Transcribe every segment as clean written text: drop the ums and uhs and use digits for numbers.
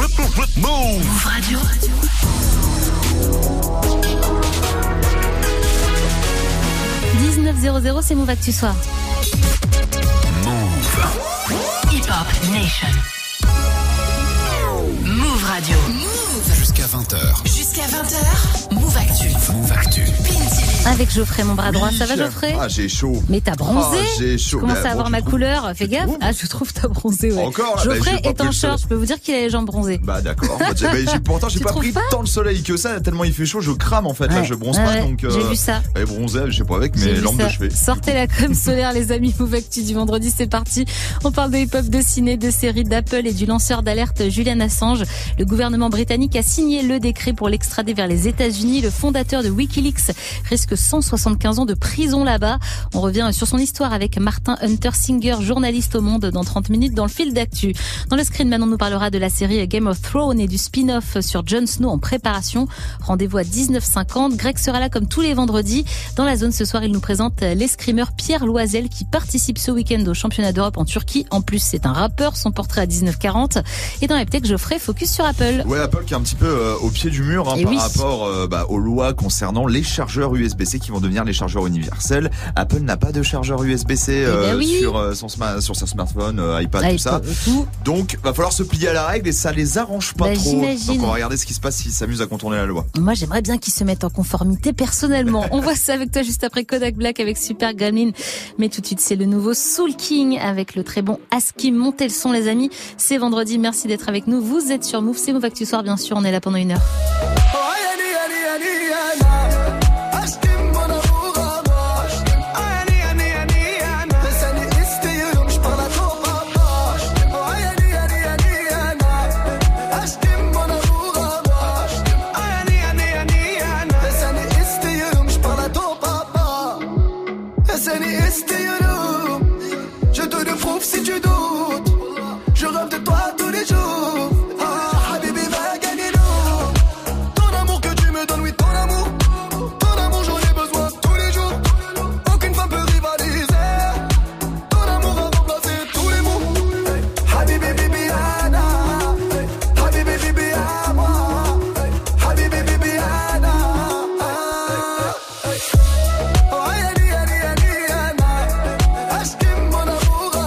Move Radio. C'est Move Actu Soir. Move. Hip Hop Nation. Move Radio. Move. Jusqu'à 20h. Jusqu'à 20h. Move Actu. Move Actu. Avec Geoffrey, mon bras droit. Ça va, Geoffrey? Ah, j'ai chaud. Mais t'as bronzé? J'ai chaud. Je commence à avoir ma couleur. Fais gaffe. Ah, je trouve que t'as bronzé, ouais. Encore, là. Geoffrey est en short. Je peux vous dire qu'il a les jambes bronzées. Bah, d'accord. Pourtant, j'ai pas pris tant le soleil que ça. Tellement il fait chaud, je crame, en fait. Ouais. Là, je bronze pas, donc. J'ai vu ça. Bronzer, je sais pas, avec mes lampes de chevet. Sortez la crème solaire, les amis. Move Actu du vendredi, c'est parti. On parle de hip-hop, de ciné, de séries, d'Apple et du lanceur d'alerte Julian Assange. Le gouvernement britannique a signé le décret pour l'extrader vers les États-Unis. Le fondateur de Wikileaks risque 175 ans de prison là-bas. On revient sur son histoire avec Martin Hunter Singer, journaliste au Monde, dans 30 minutes dans le fil d'actu. Dans le screen, Manon nous parlera de la série Game of Thrones et du spin-off sur Jon Snow en préparation. Rendez-vous à 19h50. Greg sera là comme tous les vendredis. Dans la zone ce soir, il nous présente l'escrimeur Pierre Loisel qui participe ce week-end au championnat d'Europe en Turquie. En plus, c'est un rappeur. Son portrait à 19h40. Et dans la tech, Geoffrey, focus sur Apple. Ouais, Apple qui est un petit peu au pied du mur par rapport aux lois concernant les chargeurs USB-C qui vont devenir les chargeurs universels. Apple n'a pas de chargeur USB-C sur sa smartphone, iPad, tout ça. Donc, va falloir se plier à la règle et ça les arrange pas trop. J'imagine. Donc, on va regarder ce qui se passe s'ils s'amusent à contourner la loi. Moi, j'aimerais bien qu'ils se mettent en conformité personnellement. On voit ça avec toi juste après Kodak Black avec Super Gremlin. Mais tout de suite, c'est le nouveau Soul King avec le très bon Askim. Montez le son, les amis. C'est vendredi. Merci d'être avec nous. Vous êtes sur Move. C'est Move Actu Soir, bien sûr. On est là pendant 1 heure. Si tu doutes, je rêve de toi tous les jours. Ah, Habibi va gagner nous. Ton amour que tu me donnes, oui, ton amour. Ton amour, j'en ai besoin tous les jours. Aucune femme peut rivaliser. Ton amour va remplacer tous les mots. Habibi, bibi, Anna. Habibi, bibi, à moi. Habibi, bibi, Anna. Oh, yani, yani, yani, Anna. Aşkım, mon amour.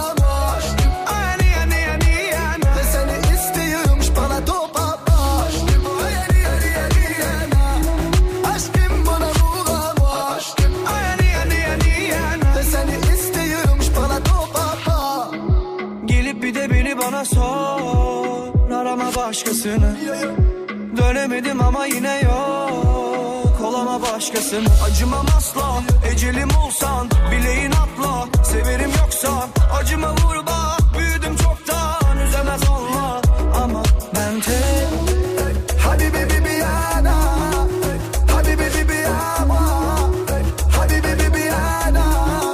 Bana sor, arama başkasını. Dönemedim ama yine yok, olama başkasını. Acımam asla, ecelim olsan, bileğin atla. Severim yoksa, acıma vur bak. Büyüdüm çoktan, üzemez olma. Ama ben tek Habibi bibi ana, Habibi bibi ama, Habibi bibi ana.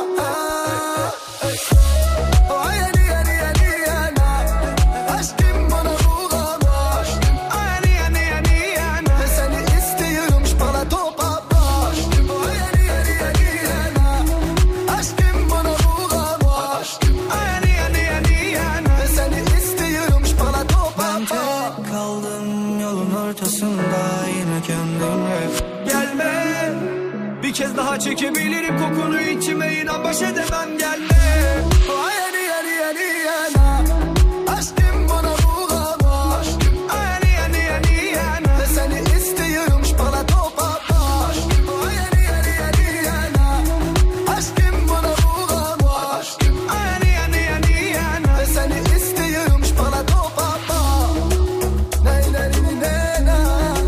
Bir kez daha çekebilirim kokunu içime, inan baş edemem, gelme. Yani yani yani yana. Aşkım bana buğlama. Yani yani yani yana. Ve seni istiyorum bana topapa. Yani yani yani yana. Aşkım bana buğlama. Yani yani yani yana. Ve seni istiyorum bana topapa. Nay nay nay nay.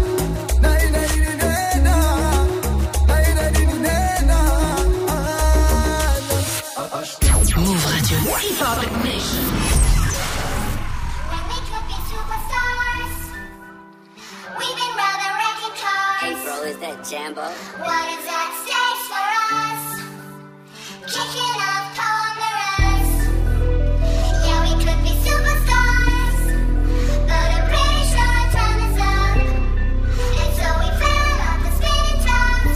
Move Radio. Hip Hop Nation. When we could be superstars, we've been rather wrecking cars. Hey bro, is that Jambo? What is at stake for us? Kicking off ponderous. Yeah, we could be superstars, but a British run time is up. And so we fell off the spinning tops.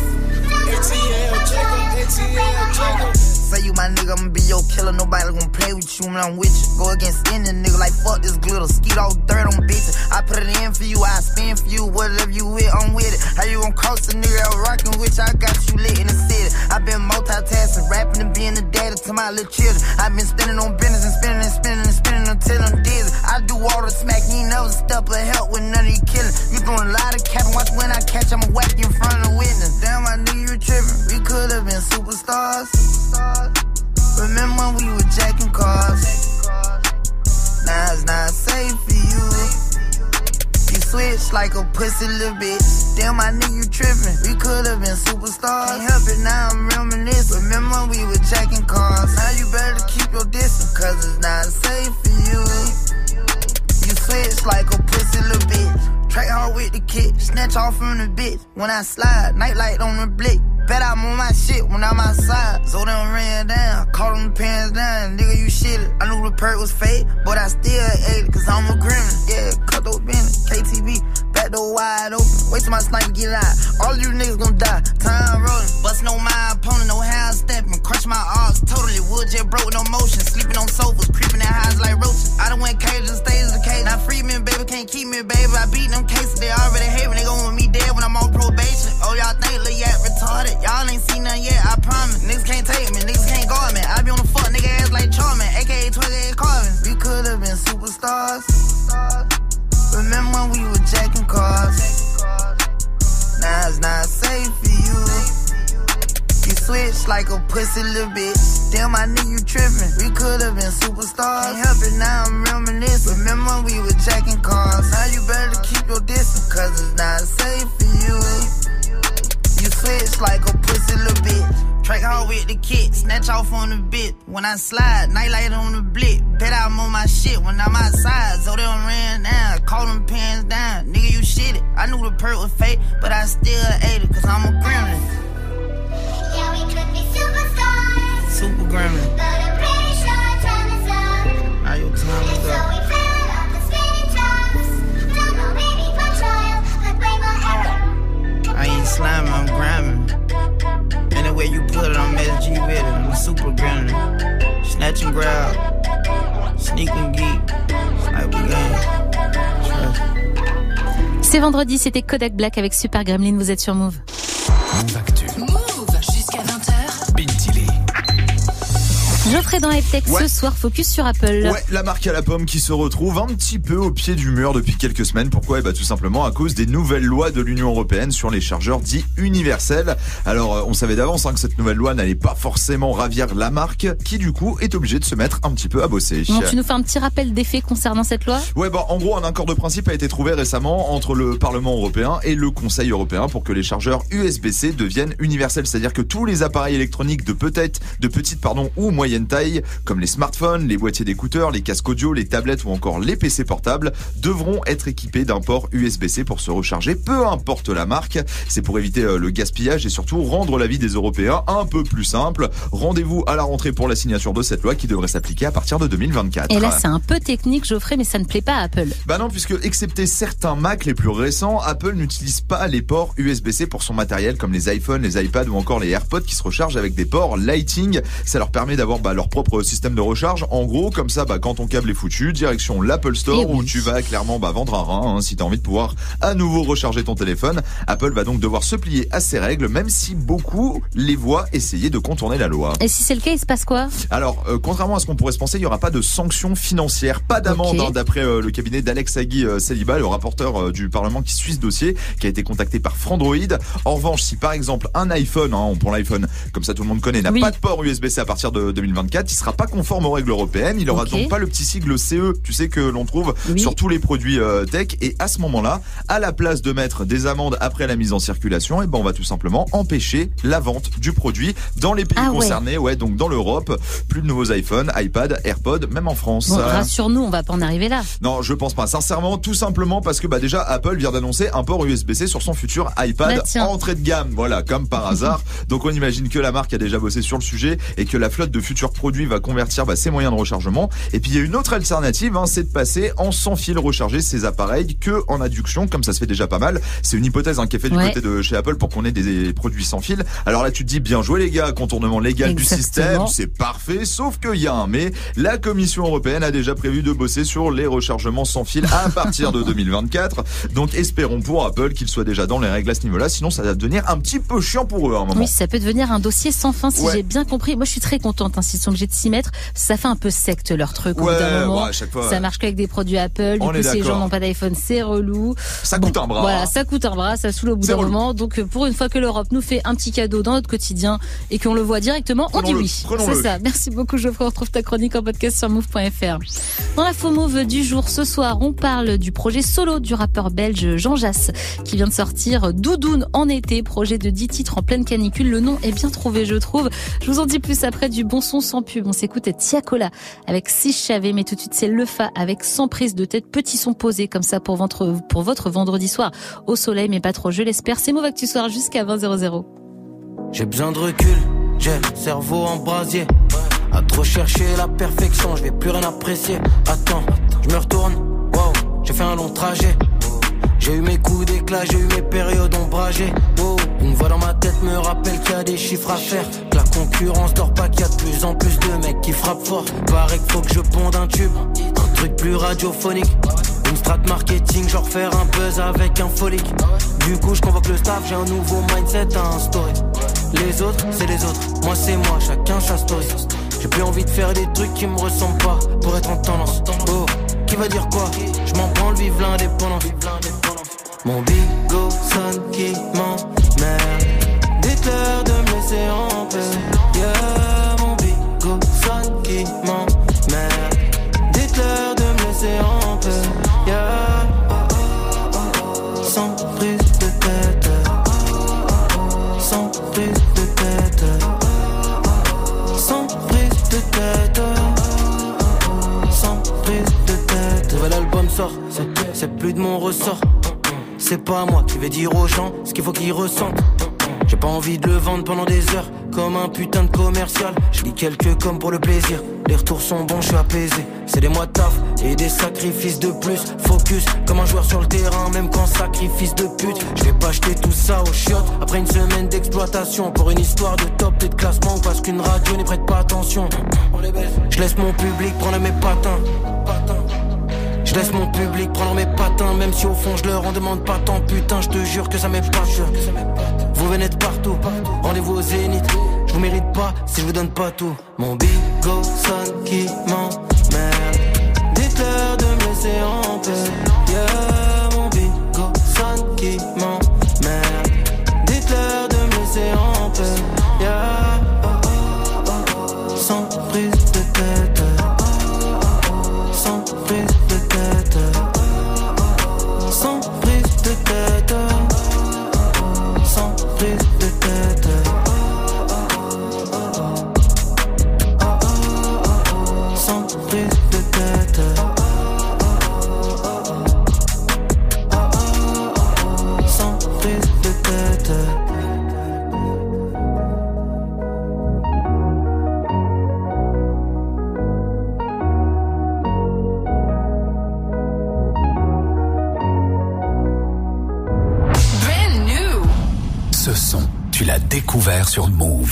Say you my nigga, I'ma be your killer. Nobody gon' play with you when I'm with you. Go against any spinning, nigga, like fuck this glitter. Skeet all dirt on bitches. I put it in for you, I spin for you. Whatever you with, I'm with it. How you gon' cross a nigga out rockin' with you? I got you lit in the city. I been multitasking, rapping and being the daddy to my little children. I been spinning on business and spinning and spinning and spinning until I'm dizzy. I do all the smack, you ain't never step or help with none of you killing. You doing a lot of capping, watch when I catch, I'ma whack you in front of the witness. Damn, I knew you were tripping. We could've been superstars. Remember when we were jacking cars? Now it's not safe for you. You switch like a pussy little bitch. Damn, I knew you tripping. We could've been superstars. Can't help it, now I'm reminiscing. Remember when we were jacking cars? Now you better keep your distance, cause it's not safe for you. You switch like a pussy little bitch. Track hard with the kick, snatch off from the bitch. When I slide, nightlight on the blick. Bet I'm on my shit when I'm outside. So them ran down, caught them pants down. Nigga, you shitted. I knew the perk was fake, but I still ate it, cause I'm a gremlin. Yeah, cut those business, KTV, back door wide open. Wait till my sniper get out. All you niggas gon' die, time rolling. Bustin' on my opponent, no how I'm stepping. Crush my arms, totally wood jet broke, no motion. Sleeping on sofas, creeping in highs like roaches. I done went cages and stages the cage. Now free me, baby, can't keep me, baby. I beat them cases, they already hate me. They gon' want me dead when I'm on probation. Oh, y'all think Lil Yak retarded? Y'all ain't seen nothing yet, I promise. Niggas can't take me, niggas can't guard me. I be on the fuck nigga ass like Charmin, aka 28 Carvin. We could've been superstars. Remember when we were jacking cars? Now it's not safe for you. You switch like a pussy little bitch. Damn, I knew you tripping. We could've been superstars. Can't help it, now I'm reminiscing. Remember when we were jacking cars? Now you better keep your distance, cause it's not safe for you. You switch like a pussy little bitch. Track hard with the kick, snatch off on the bit. When I slide, nightlight on the blick. Bet I'm on my shit when I'm outside. So they done ran down, caught them pants down. Nigga, you shitted. I knew the perk was fake, but I still ate it, cause I'm a gremlin. Yeah, we could be superstars. Super gremlin. But I'm pretty sure our time is up. Now your time And is so up. we fell off the spinning tops. Don't know, maybe for trial, but blame on error. I ain't slamming, I'm gramming. Anyway you put it, I'm SG with it. I'm a super gremlin. Snatch and grab, sneak and geek. Like we gang. C'est vendredi, c'était Kodak Black avec Super Gremlin, vous êtes sur Move. Move Actu. Move jusqu'à 20h. Bintili. Geoffrey dans Hightech, ce soir, focus sur Apple. Ouais, la marque à la pomme qui se retrouve un petit peu au pied du mur depuis quelques semaines. Pourquoi ? Tout simplement à cause des nouvelles lois de l'Union européenne sur les chargeurs dits universels. Alors, on savait d'avance que cette nouvelle loi n'allait pas forcément ravir la marque, qui du coup est obligée de se mettre un petit peu à bosser. Bon, tu nous fais un petit rappel des faits concernant cette loi ? Ouais, en gros, un accord de principe a été trouvé récemment entre le Parlement européen et le Conseil européen pour que les chargeurs USB-C deviennent universels. C'est-à-dire que tous les appareils électroniques de petite ou moyenne taille, comme les smartphones, les boîtiers d'écouteurs, les casques audio, les tablettes ou encore les PC portables, devront être équipés d'un port USB-C pour se recharger, peu importe la marque. C'est pour éviter le gaspillage et surtout rendre la vie des Européens un peu plus simple. Rendez-vous à la rentrée pour la signature de cette loi qui devrait s'appliquer à partir de 2024. Et là, c'est un peu technique, Geoffrey, mais ça ne plaît pas à Apple. Non, puisque excepté certains Mac les plus récents, Apple n'utilise pas les ports USB-C pour son matériel comme les iPhones, les iPads ou encore les AirPods qui se rechargent avec des ports Lightning. Ça leur permet d'avoir leur propre système de recharge. En gros, comme ça, quand ton câble est foutu, direction l'Apple Store où tu vas clairement vendre un rein si tu as envie de pouvoir à nouveau recharger ton téléphone. Apple va donc devoir se plier à ces règles, même si beaucoup les voient essayer de contourner la loi. Et si c'est le cas, il se passe quoi ? Alors, contrairement à ce qu'on pourrait se penser, il n'y aura pas de sanctions financières, pas d'amende, d'après le cabinet d'Alex Saliba, le rapporteur du Parlement qui suit ce dossier, qui a été contacté par Frandroid. En revanche, si par exemple un iPhone, on prend l'iPhone, comme ça tout le monde connaît, n'a pas de port USB-C à partir de 2024, il sera pas conforme aux règles européennes, il aura donc pas le petit sigle CE, tu sais, que l'on trouve sur tous les produits tech, et à ce moment-là, à la place de mettre des amendes après la mise en circulation, on va tout simplement empêcher la vente du produit dans les pays concernés, donc dans l'Europe. Plus de nouveaux iPhones, iPad, AirPods, même en France. Bon, rassure-nous, on va pas en arriver là. Non, je pense pas, sincèrement, tout simplement parce que déjà Apple vient d'annoncer un port USB-C sur son futur iPad entrée de gamme, voilà, comme par hasard. Donc on imagine que la marque a déjà bossé sur le sujet et que la flotte de futurs futur produit va convertir ces moyens de rechargement. Et puis il y a une autre alternative, c'est de passer en sans fil, recharger ces appareils que en induction, comme ça se fait déjà pas mal. C'est une hypothèse qui est faite du côté de chez Apple pour qu'on ait des produits sans fil. Alors là tu te dis bien joué les gars, contournement légal du système, c'est parfait, sauf qu'il y a un mais. La Commission européenne a déjà prévu de bosser sur les rechargements sans fil à partir de 2024. Donc espérons pour Apple qu'ils soient déjà dans les règles à ce niveau-là, sinon ça va devenir un petit peu chiant pour eux à un moment. Oui, ça peut devenir un dossier sans fin si j'ai bien compris. Moi je suis très contente s'ils sont obligés de s'y mettre. Ça fait un peu secte leur truc au bout d'un moment. À chaque fois, ça marche qu'avec des produits Apple. Du coup si les gens n'ont pas d'iPhone, c'est relou. Ça coûte un bras. Voilà, ça coûte un bras, ça saoule au bout d'un moment. Donc pour une fois que l'Europe nous fait un petit cadeau dans notre quotidien et qu'on le voit directement, on dit oui. C'est ça. Merci beaucoup Geoffrey, on retrouve ta chronique en podcast sur move.fr. Dans la faux move du jour, ce soir, on parle du projet solo du rappeur belge Jean Jass qui vient de sortir Doudoune en été, projet de 10 titres en pleine canicule. Le nom est bien trouvé, je trouve. Je vous en dis plus après du bon son sans pub. On s'écoute Tiakola avec Si je savais, mais tout de suite c'est Lefa avec Sans prise de tête, petit son posé comme ça pour votre vendredi soir au soleil, mais pas trop, je l'espère. C'est Move Actu Soir jusqu'à 20h00. J'ai besoin de recul, j'ai le cerveau en brasier. À trop chercher la perfection, je vais plus rien apprécier. Attends, je me retourne, wow, j'ai fait un long trajet. J'ai eu mes coups d'éclat, j'ai eu mes périodes ombragées. Wow, une voix dans ma tête me rappelle qu'il y a des chiffres à faire. Que la concurrence dort pas, qu'il y a de plus en plus de mecs qui frappent fort. Paraît qu'il faut que je ponde un tube, un truc plus radiophonique. Une strat marketing, genre faire un buzz avec un folique. Du coup je convoque le staff, j'ai un nouveau mindset à instaurer. Les autres, c'est les autres, moi c'est moi, chacun sa story. J'ai plus envie de faire des trucs qui me ressemblent pas pour être en tendance. Oh, qui va dire quoi? Je m'en branle, vive l'indépendance. Mon bigot sonne qui m'emmerde. Dites-leur de me laisser en paix. Yeah, mon bigot sonne qui m'emmerde. Dites-leur de me laisser en paix. Yeah, sans prise de tête. Sans prise de tête. Sans prise de tête. Sans prise de tête. Nouvel album sort, c'est plus de mon ressort. C'est pas moi qui vais dire aux gens ce qu'il faut qu'ils ressentent. J'ai pas envie de le vendre pendant des heures comme un putain de commercial. Je lis quelques comme pour le plaisir. Les retours sont bons, je suis apaisé. C'est des mois de taf et des sacrifices de plus. Focus comme un joueur sur le terrain, même quand sacrifice de pute. Je vais pas acheter tout ça aux chiottes après une semaine d'exploitation pour une histoire de top et de classement ou parce qu'une radio n'y prête pas attention. Je laisse mon public prendre mes patins. Je laisse mon public prendre mes patins, même si au fond je leur en demande pas tant. Putain, je te jure que ça m'épate. Vous venez de partout, rendez-vous au Zénith. Je vous mérite pas si je vous donne pas tout. Mon bigot sonne qui m'emmerde. Dites-leur de me laisser en paix. Yeah, mon bigot sonne qui m'emmerde. Dites-leur de me laisser en paix. Yeah, sans prise de tête. Sans prise de tête. Sans prise de tête. Sans prise de tête. Sans prise de tête. Sans prise de tête. Ce son, tu l'as découvert sur Move.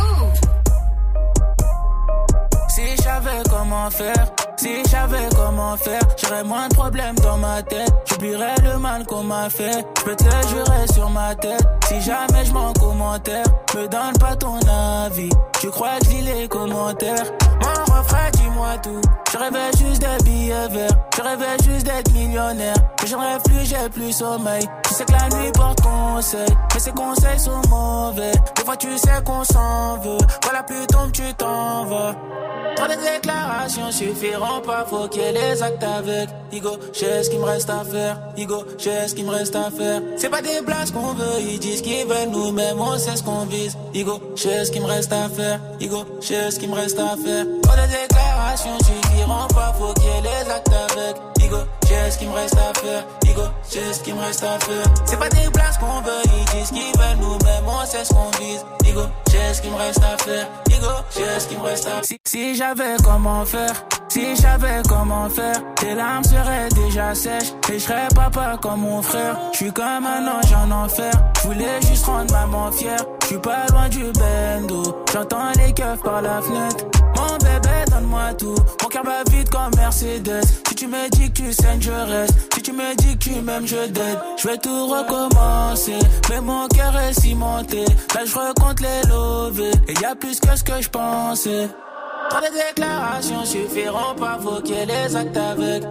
Si je savais comment faire, si je savais comment faire, j'aurais moins de problèmes dans ma tête. J'oublierais le mal qu'on m'a fait. Je peux te le jurer sur ma tête. Si jamais je m'en commentaire, me donne pas ton avis. Tu crois que je lis les commentaires? Mon refrain, dis-moi tout. Je rêvais juste des billets verts. Je rêvais juste d'être millionnaire. Mais j'en rêve plus, j'ai plus sommeil. Tu sais que la nuit porte conseil, mais ces conseils sont mauvais. Des fois tu sais qu'on s'en veut. Quand la pluie tombe, tu t'en vas. Trop de déclarations suffiront pas, faut qu'il y ait les actes avec. Igo, j'ai ce qu'il me reste à faire. Igo, j'ai ce qu'il me reste à faire. C'est pas des blagues qu'on veut, ils disent qu'ils veulent, nous-mêmes on sait ce qu'on vise. Igo, j'ai ce qu'il me reste à faire. Igo, j'ai ce qu'il me reste à faire. Trop de déclarations suffiront pas, faut qu'il y ait les actes avec. Igo, j'ai ce qu'il me reste à faire. Igo, j'ai ce qu'il me reste à faire. C'est pas des places qu'on veut, ils disent qu'ils veulent, nous-mêmes on sait ce qu'on vise. Nigo, j'ai ce qu'il me reste à faire. Nigo, j'ai ce qu'il me reste à faire. Si j'avais comment faire, si je savais comment faire, tes larmes seraient déjà sèches et je serais papa comme mon frère. Je suis comme un ange en enfer, je voulais juste rendre maman fière. Je suis pas loin du bendo, j'entends les keufs par la fenêtre. Mon bébé, donne-moi tout, mon cœur bat vite comme Mercedes. Si tu me dis que tu saignes, je reste. Si tu me dis que tu m'aimes, je dead. Je vais tout recommencer, mais mon cœur est cimenté. Là je recompte les lovés, et y a plus que ce que je pensais. Trop de déclarations suffiront pas invoquer les actes avec.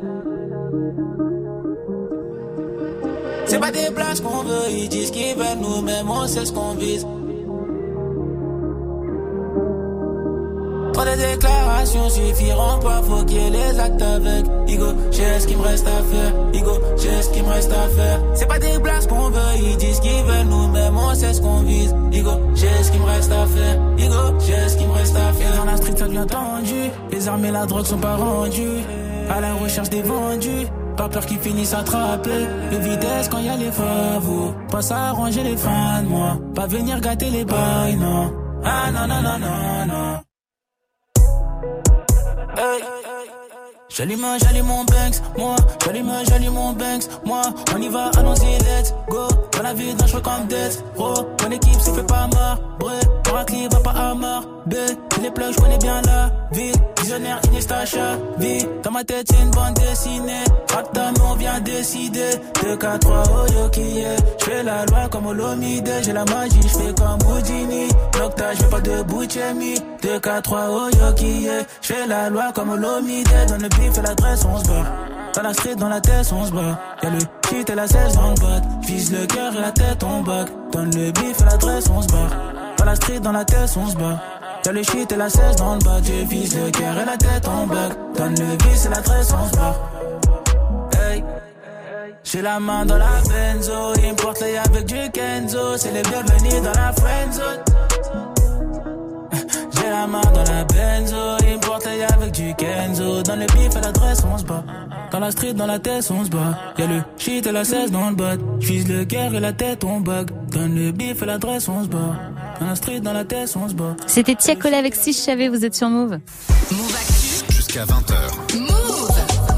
C'est pas des places qu'on veut, ils disent qu'ils veulent, nous-mêmes on sait ce qu'on vise. Trop de déclarations suffiront pas invoquer les actes avec. Igo, j'ai ce qu'il me reste à faire. Igo, j'ai ce qu'il me reste à faire. C'est pas des places qu'on veut, ils disent qu'ils veulent, nous-mêmes on sait ce qu'on vise. Igo, j'ai ce qu'il me reste à faire. Igo, j'ai ce qu'il me reste à faire. Dans la street ça devient tendu, les armes et la drogue sont pas rendues. À la recherche des vendus, pas peur qu'ils finissent attrapés. Le vitesse quand y a les favos, pas s'arranger les fins de moi. Pas venir gâter les bails, non. Ah non non non non non. Hey. J'allume mon Banks, moi. J'allume mon Banks, moi. On y va, allons-y, let's go. Dans la vie, dangereux comme Death, bro. Mon équipe se fait pas marrer. Paracli va pas à marrer. Les plugs, je connais bien la vie. Visionnaire, Iniesta, Xavi. Dans ma tête, c'est une bande dessinée. Rapta, mais on vient décider. 2, 4, 3, oh yo qui est. J'fais la loi comme Olomide. J'ai la magie, j'fais comme Houdini. Nocta, j'fais pas de Bouchemi. 2, 4, 3, oh yo qui est. J'fais la loi comme Olomide. Dans le bif et l'adresse, on se bat. Dans la street, dans la tête, on se bat. Y'a le shit et la 16 dans le bat. Vise le cœur et la tête, on back. Donne le bif et l'adresse, on se bat. Dans la street, dans la tête, on se bat. Y'a le shit et la 16 dans le bat. Je vise le cœur et la tête, on back. Donne le bif et l'adresse, on se bat. Hey. J'ai la main dans la benzo. Importe l'œil avec du Kenzo. C'est les bienvenus dans la friendzone. J'ai la main dans la benzo, importe l'œil avec du Kenzo. Dans le bif et l'adresse, on se bat. Dans la street, dans la tête, on se bat. Y'a le shit et la 16 dans le bat. J'vise le cœur et la tête, on bug. Dans le bif et l'adresse, on se bat. Dans la street, dans la tête, on se bat. C'était Tiakola avec Si je savais, vous êtes sur Move. Move Actu. Jusqu'à 20h. Move.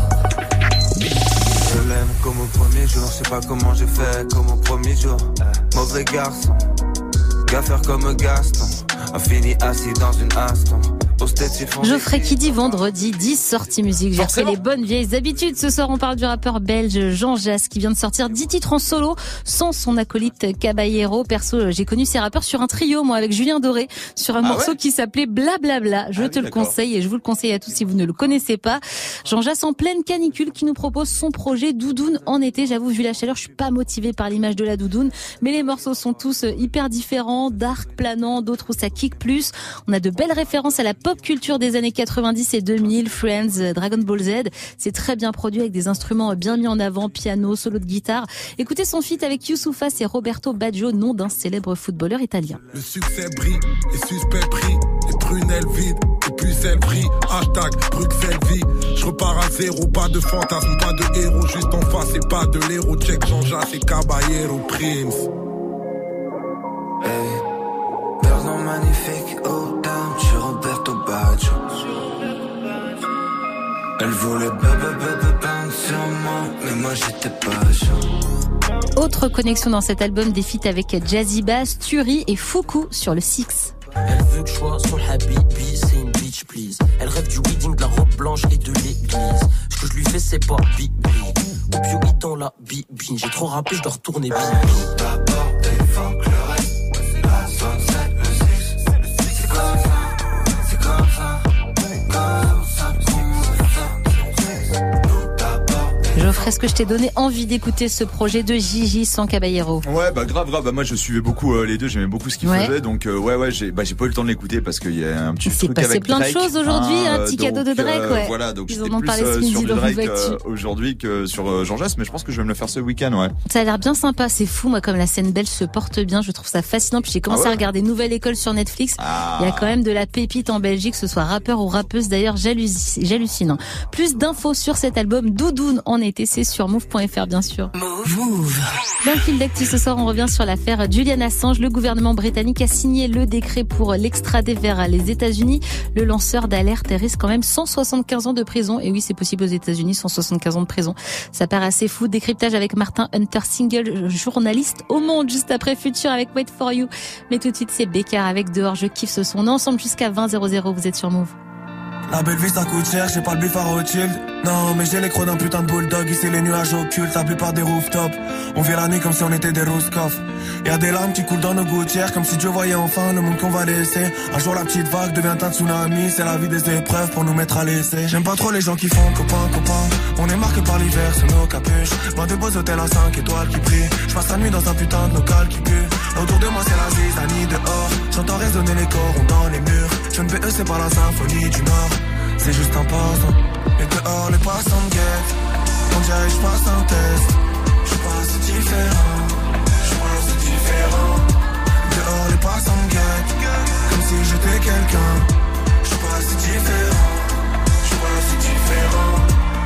Je l'aime comme au premier jour. Je sais pas comment j'ai fait comme au premier jour. Mauvais garçon, gaffeur comme Gaston. A fini assis dans une Aston. Geoffrey qui dit vendredi 10 sorties musique. J'ai refait les bonnes vieilles habitudes. Ce soir, on parle du rappeur belge Jean Jass qui vient de sortir 10 titres en solo sans son acolyte Caballero. Perso, j'ai connu ces rappeurs sur un trio, moi, avec Julien Doré, sur un morceau qui s'appelait Blablabla. Je te le conseille et je vous le conseille à tous si vous ne le connaissez pas. Jean Jass en pleine canicule qui nous propose son projet Doudoune en été. J'avoue, vu la chaleur, je suis pas motivée par l'image de la doudoune, mais les morceaux sont tous hyper différents, dark, planants, d'autres où ça kick plus. On a de belles références à la pop culture des années 90 et 2000, Friends, Dragon Ball Z. C'est très bien produit avec des instruments bien mis en avant, piano, solo de guitare. Écoutez son feat avec Youssoufas et Roberto Baggio, nom d'un célèbre footballeur italien. Le succès brille, les suspects prient, les prunelles vides, les pucelles brillent. Hashtag Bruxelles vie. Je repars à zéro, pas de fantasme, pas de héros, juste en face et pas de l'héros. Check Jean Jass et Caballero Prince. Hey, Berlin magnifique, oh down, je suis Roberto Baggio. Elle voulait bang sur moi, mais moi j'étais pas chaud. Autre connexion dans cet album, des feats avec Jazzy Bass, Turi et Foucault sur le Six. Elle veut que je sois son habibi, c'est une bitch please. Elle rêve du wedding, de la robe blanche et de l'église. Ce que je lui fais c'est pas bibi. Opioïde dans la bibine, j'ai trop rappé, je dois retourner bibi. D'abord des fuck le reste. La 67, le 6, c'est comme ça, c'est comme ça, comme ça. Geoffrey, est-ce que je t'ai donné envie d'écouter ce projet de Gigi sans Caballero? Ouais, bah grave. Bah moi je suivais beaucoup les deux, j'aimais beaucoup ce qu'ils faisaient, donc j'ai pas eu le temps de l'écouter parce qu'il y a un petit truc avec Drake. Il s'est passé plein de choses aujourd'hui, un petit cadeau de Drake, ouais. Voilà, donc ils j'étais en ont parlé ce plus sur midi du dans Drake Move aujourd'hui que sur Jean Jass, mais je pense que je vais me le faire ce week-end, ouais. Ça a l'air bien sympa, c'est fou, moi comme la scène belge se porte bien, je trouve ça fascinant. Puis j'ai commencé à regarder Nouvelle École sur Netflix. Il y a quand même de la pépite en Belgique, que ce soit rappeur ou rappeuse. D'ailleurs, j'hallucine. Plus d'infos sur cet album Doudoune en été. l'actualité, c'est sur move.fr bien sûr. Move. Dans le fil d'actu ce soir, on revient sur l'affaire Julian Assange. Le gouvernement britannique a signé le décret pour l'extrader vers les États-Unis. Le lanceur d'alerte risque quand même 175 ans de prison. Et oui, c'est possible aux États-Unis, 175 ans de prison. Ça paraît assez fou. Décryptage avec Martin Hunter Single, journaliste au Monde, juste après Future avec Wait For You. Mais tout de suite, c'est Bécard avec Dehors. Je kiffe ce son. On est ensemble jusqu'à 20h00. Vous êtes sur Move. La belle vie ça coûte cher, j'ai pas le bif à Rothschild. Non mais j'ai les crocs d'un putain de bulldog. Ici les nuages occultes, la plupart des rooftops. On vit la nuit comme si on était des Roscoff. Y'a des larmes qui coulent dans nos gouttières, comme si Dieu voyait enfin le monde qu'on va laisser. Un jour la petite vague devient un tsunami. C'est la vie des épreuves pour nous mettre à l'essai. J'aime pas trop les gens qui font copain. On est marqué par l'hiver sous nos capuches. Loin de beaux hôtels à 5 étoiles qui brillent. J'passe la nuit dans un putain de local qui pue. Autour de moi c'est la zizanie dehors. J'entends résonner les corons dans les murs. Je ne veux c'est pas la symphonie du Nord. C'est juste un passant. Et dehors les passants me guettent. On dirait que j'passe un test. J'suis pas si différent. Dehors les passants me guettent. Comme si j'étais quelqu'un. J'suis pas si différent. J'suis pas si différent.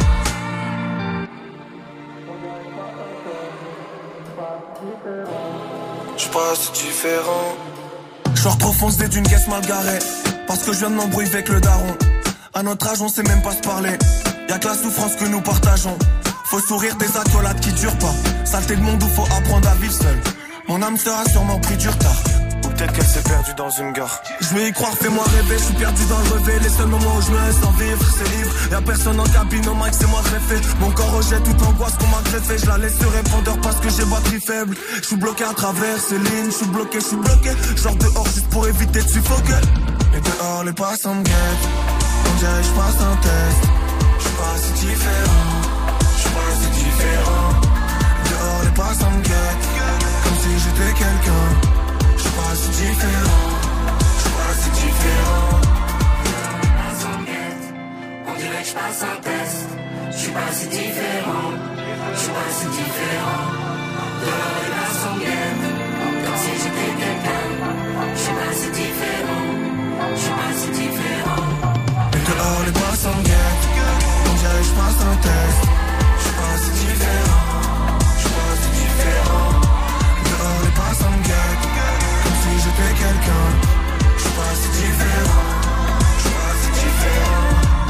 J'suis pas si différent. J'sors trop foncé d'une caisse mal garée. Parce que je viens de m'embrouiller avec le daron. À notre âge on sait même pas se parler. Y'a que la souffrance que nous partageons. Faut sourire des accolades qui durent pas. Saleté de monde où faut apprendre à vivre seul. Mon âme sera sûrement pris du retard. Ou peut-être qu'elle s'est perdue dans une gare. Je vais y croire, fais-moi rêver. Je suis perdu dans le rêve. Les seuls moments où je me laisse en vivre, c'est libre. Y'a personne en cabine, au mic, c'est moi greffé. Mon corps rejette toute l'angoisse qu'on m'a greffé. Je la laisse sur répondeur parce que j'ai batterie faible. Je suis bloqué à travers ces lignes. Je suis bloqué. Genre dehors juste pour éviter de suffoquer. Et dehors les passants me guettent. On dirait que j'passe un test. J'suis pas si différent. J'suis pas si différent. Dehors les passants me guettent. Comme si j'étais quelqu'un. J'suis pas si différent. J'suis pas si différent. Dehors les passants me guettent. On dirait que j'passe un test. J'suis pas si différent. J'suis pas si différent. Dehors les passants me guettent. Comme si j'étais quelqu'un. J'suis pas si différent. J'suis pas si différent. Dehors les passants me guettent. On dirait que j'passe un test. J'suis pas si différent. J'suis pas si différent. Dehors les passants me guettent. Comme si j'étais quelqu'un. J'suis pas si différent. J'suis pas si différent.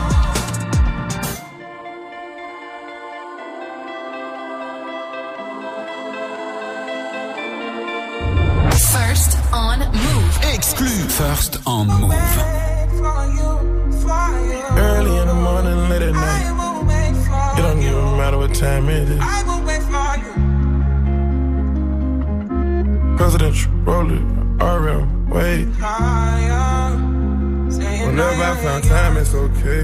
First on Move. Exclu. First on Move. Early in the morning, late at night. It don't even matter what time it is. Presidential, roll it, RM, wait. Whenever I find time, it's okay.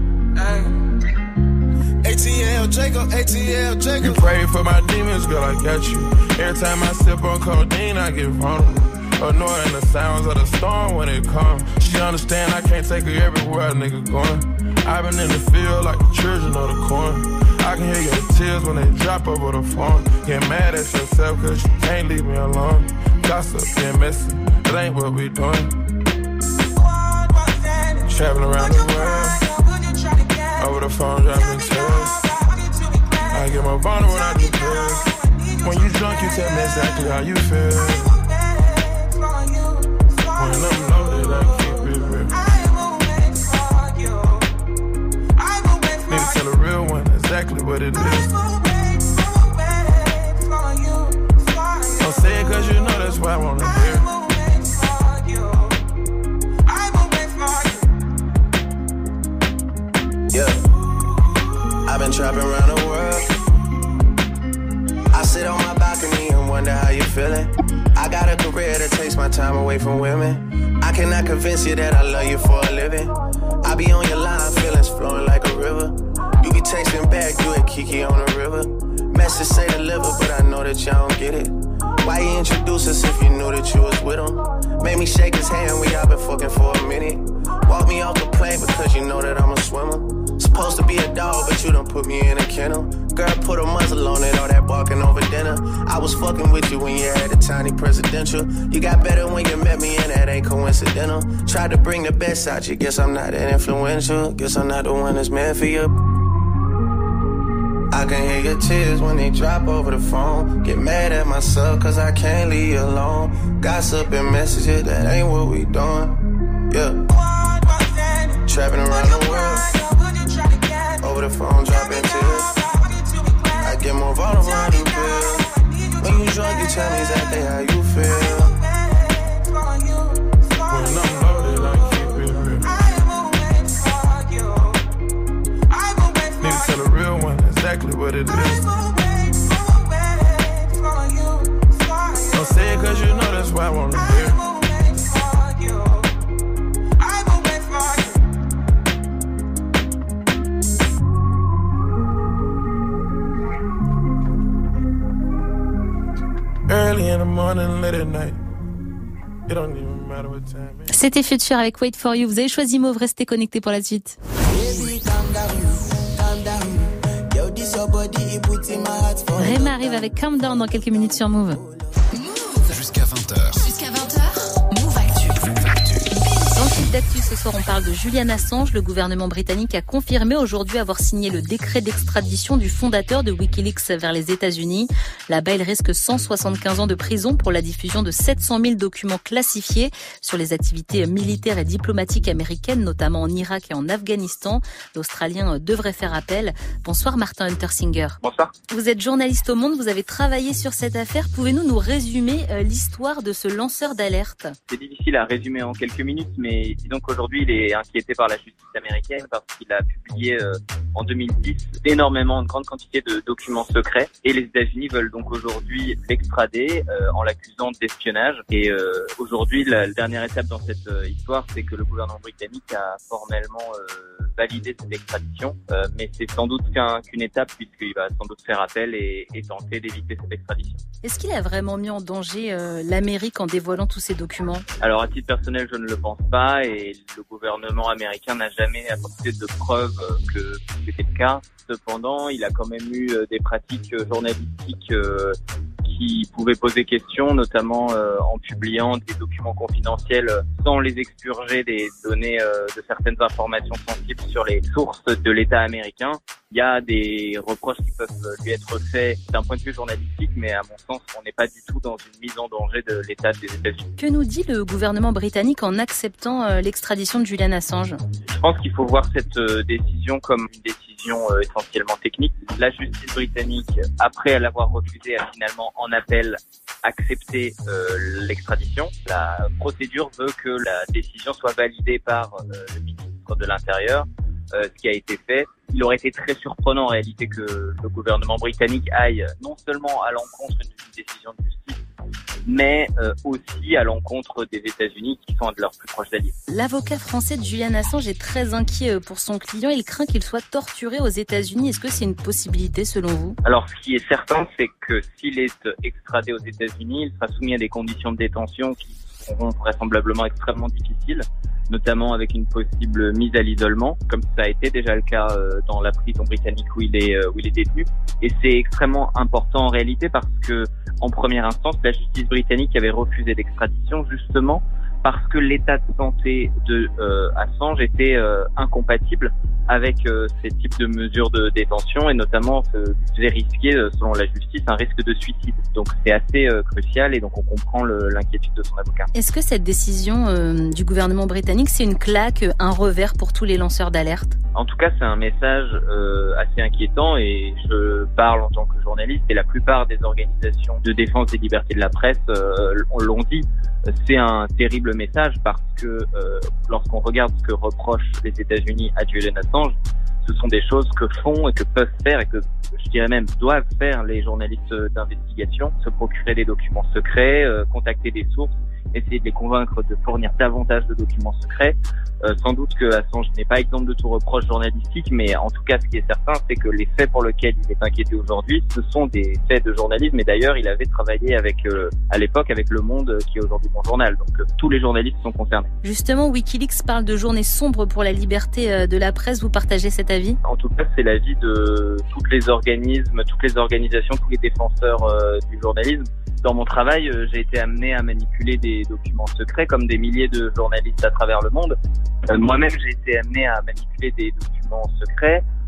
ATL Jacob. You pray for my demons, girl, I got you. Every time I sip on codeine, I get vulnerable. Annoying the sounds of the storm when it comes. She understand I can't take her everywhere a nigga going. I've been in the field like the children of the corn. I can hear your tears when they drop over the phone. Get mad at yourself cause you can't leave me alone. Gossip, getting messy, that ain't what we doing. Traveling around the world. Over the phone, dropping tears. I get more vulnerable when I do this. When you drunk, you tell me exactly how you feel. When I'm loaded, I keep it real. Need to tell a real one exactly what it is. Don't say it cause you know that's why I wanna hear. Yeah, I've been trapping around the world. I sit on my balcony and wonder how you feeling. I got a career that takes my time away from women. I cannot convince you that I love you for a living. I be on your line, feelings flowing like a river. You be texting back, you and Kiki on the river. Message say deliver, but I know that y'all don't get it. Why you introduce us if you knew that you was with him? Made me shake his hand, we all been fucking for a minute. Walk me off the plane because you know that I'm a swimmer. Supposed to be a dog, but you done put me in a kennel. Girl, put a muzzle on it, all that barking over dinner. I was fucking with you when you had a tiny presidential. You got better when you met me, and that ain't coincidental. Tried to bring the best out you, guess I'm not that influential. Guess I'm not the one that's meant for you. I can hear your tears when they drop over the phone. Get mad at myself cause I can't leave you alone. Gossip and messages, that ain't what we doing. Yeah. Trapping around the world. Over the phone, dropping tears. I get more vulnerable than you feel. When you drunk, you tell me exactly how you feel. When I'm loaded, I keep it real. Need to tell a real one exactly what it is. Don't say it cause you know that's why I wanna hear. Early in the morning, late at night. It don't even matter what time it is. C'était Future avec Wait For You. Vous avez choisi Mauve, restez connectés pour la suite. Réma arrive avec Calm Down dans quelques minutes sur Mauve. Jusqu'à 20h. Jusqu'à 20h, Move Actu. Dans le fil d'actu ce soir, on parle de Julian Assange. Le gouvernement britannique a confirmé aujourd'hui avoir signé le décret d'extradition du fondateur de Wikileaks vers les États-Unis. Là-bas, il risque 175 ans de prison pour la diffusion de 700 000 documents classifiés sur les activités militaires et diplomatiques américaines, notamment en Irak et en Afghanistan. L'Australien devrait faire appel. Bonsoir Martin Hunter-Singer. Bonsoir. Vous êtes journaliste au Monde, vous avez travaillé sur cette affaire. Pouvez-vous nous résumer l'histoire de ce lanceur d'alerte ? C'est difficile à résumer en quelques minutes, mais disons qu'aujourd'hui, il est inquiété par la justice américaine parce qu'il a publié en 2010 énormément, de grandes quantités de documents secrets et les États-Unis veulent donc aujourd'hui l'extrader en l'accusant d'espionnage. Et aujourd'hui, la dernière étape dans cette histoire, c'est que le gouvernement britannique a formellement validé cette extradition, mais c'est sans doute qu'une étape puisqu'il va sans doute faire appel et tenter d'éviter cette extradition. Est-ce qu'il a vraiment mis en danger l'Amérique en dévoilant tous ces documents ? Alors à titre personnel, je ne le pense pas et le gouvernement américain n'a jamais apporté de preuves que c'était le cas. Cependant, il a quand même eu des pratiques journalistiques qui pouvaient poser question, notamment en publiant des documents confidentiels sans les expurger des données de certaines informations sensibles sur les sources de l'État américain. Il y a des reproches qui peuvent lui être faits d'un point de vue journalistique, mais à mon sens, on n'est pas du tout dans une mise en danger de l'État des États-Unis. Que nous dit le gouvernement britannique en acceptant l'extradition de Julian Assange ? Je pense qu'il faut voir cette décision comme une décision essentiellement technique. La justice britannique, après l'avoir refusé, a finalement en appel accepté l'extradition. La procédure veut que la décision soit validée par le ministre de l'Intérieur, ce qui a été fait. Il aurait été très surprenant en réalité que le gouvernement britannique aille non seulement à l'encontre d'une décision de justice, mais aussi à l'encontre des États-Unis qui sont un de leurs plus proches alliés. L'avocat français de Julian Assange est très inquiet pour son client. Il craint qu'il soit torturé aux États-Unis. Est-ce que c'est une possibilité selon vous ? Alors, ce qui est certain, c'est que s'il est extradé aux États-Unis, il sera soumis à des conditions de détention qui seront vraisemblablement extrêmement difficiles, notamment avec une possible mise à l'isolement, comme ça a été déjà le cas dans la prison britannique où il est détenu. Et c'est extrêmement important en réalité parce que, en première instance, la justice britannique avait refusé l'extradition justement parce que l'état de santé de Assange était incompatible avec ces types de mesures de détention et notamment faisait risquer, selon la justice, un risque de suicide. Donc c'est assez crucial et donc on comprend l'inquiétude de son avocat. Est-ce que cette décision du gouvernement britannique, c'est une claque, un revers pour tous les lanceurs d'alerte ? En tout cas, c'est un message assez inquiétant et je parle en tant que journaliste et la plupart des organisations de défense des libertés de la presse l'ont dit. C'est un terrible message parce que lorsqu'on regarde ce que reprochent les États-Unis à Julian Assange, ce sont des choses que font et que peuvent faire et que je dirais même doivent faire les journalistes d'investigation, se procurer des documents secrets, contacter des sources, essayer de les convaincre de fournir davantage de documents secrets. Sans doute que Assange n'est pas exemple de tout reproche journalistique, mais en tout cas, ce qui est certain, c'est que les faits pour lesquels il est inquiété aujourd'hui, ce sont des faits de journalisme. Et d'ailleurs, il avait travaillé à l'époque avec Le Monde, qui est aujourd'hui mon journal. Donc, tous les journalistes sont concernés. Justement, Wikileaks parle de journées sombres pour la liberté de la presse. Vous partagez cet avis ? En tout cas, c'est l'avis de tous les organismes, toutes les organisations, tous les défenseurs du journalisme. Dans mon travail, j'ai été amené à manipuler des documents secrets comme des milliers de journalistes à travers le monde. Moi-même, j'ai été amené à manipuler des documents secrets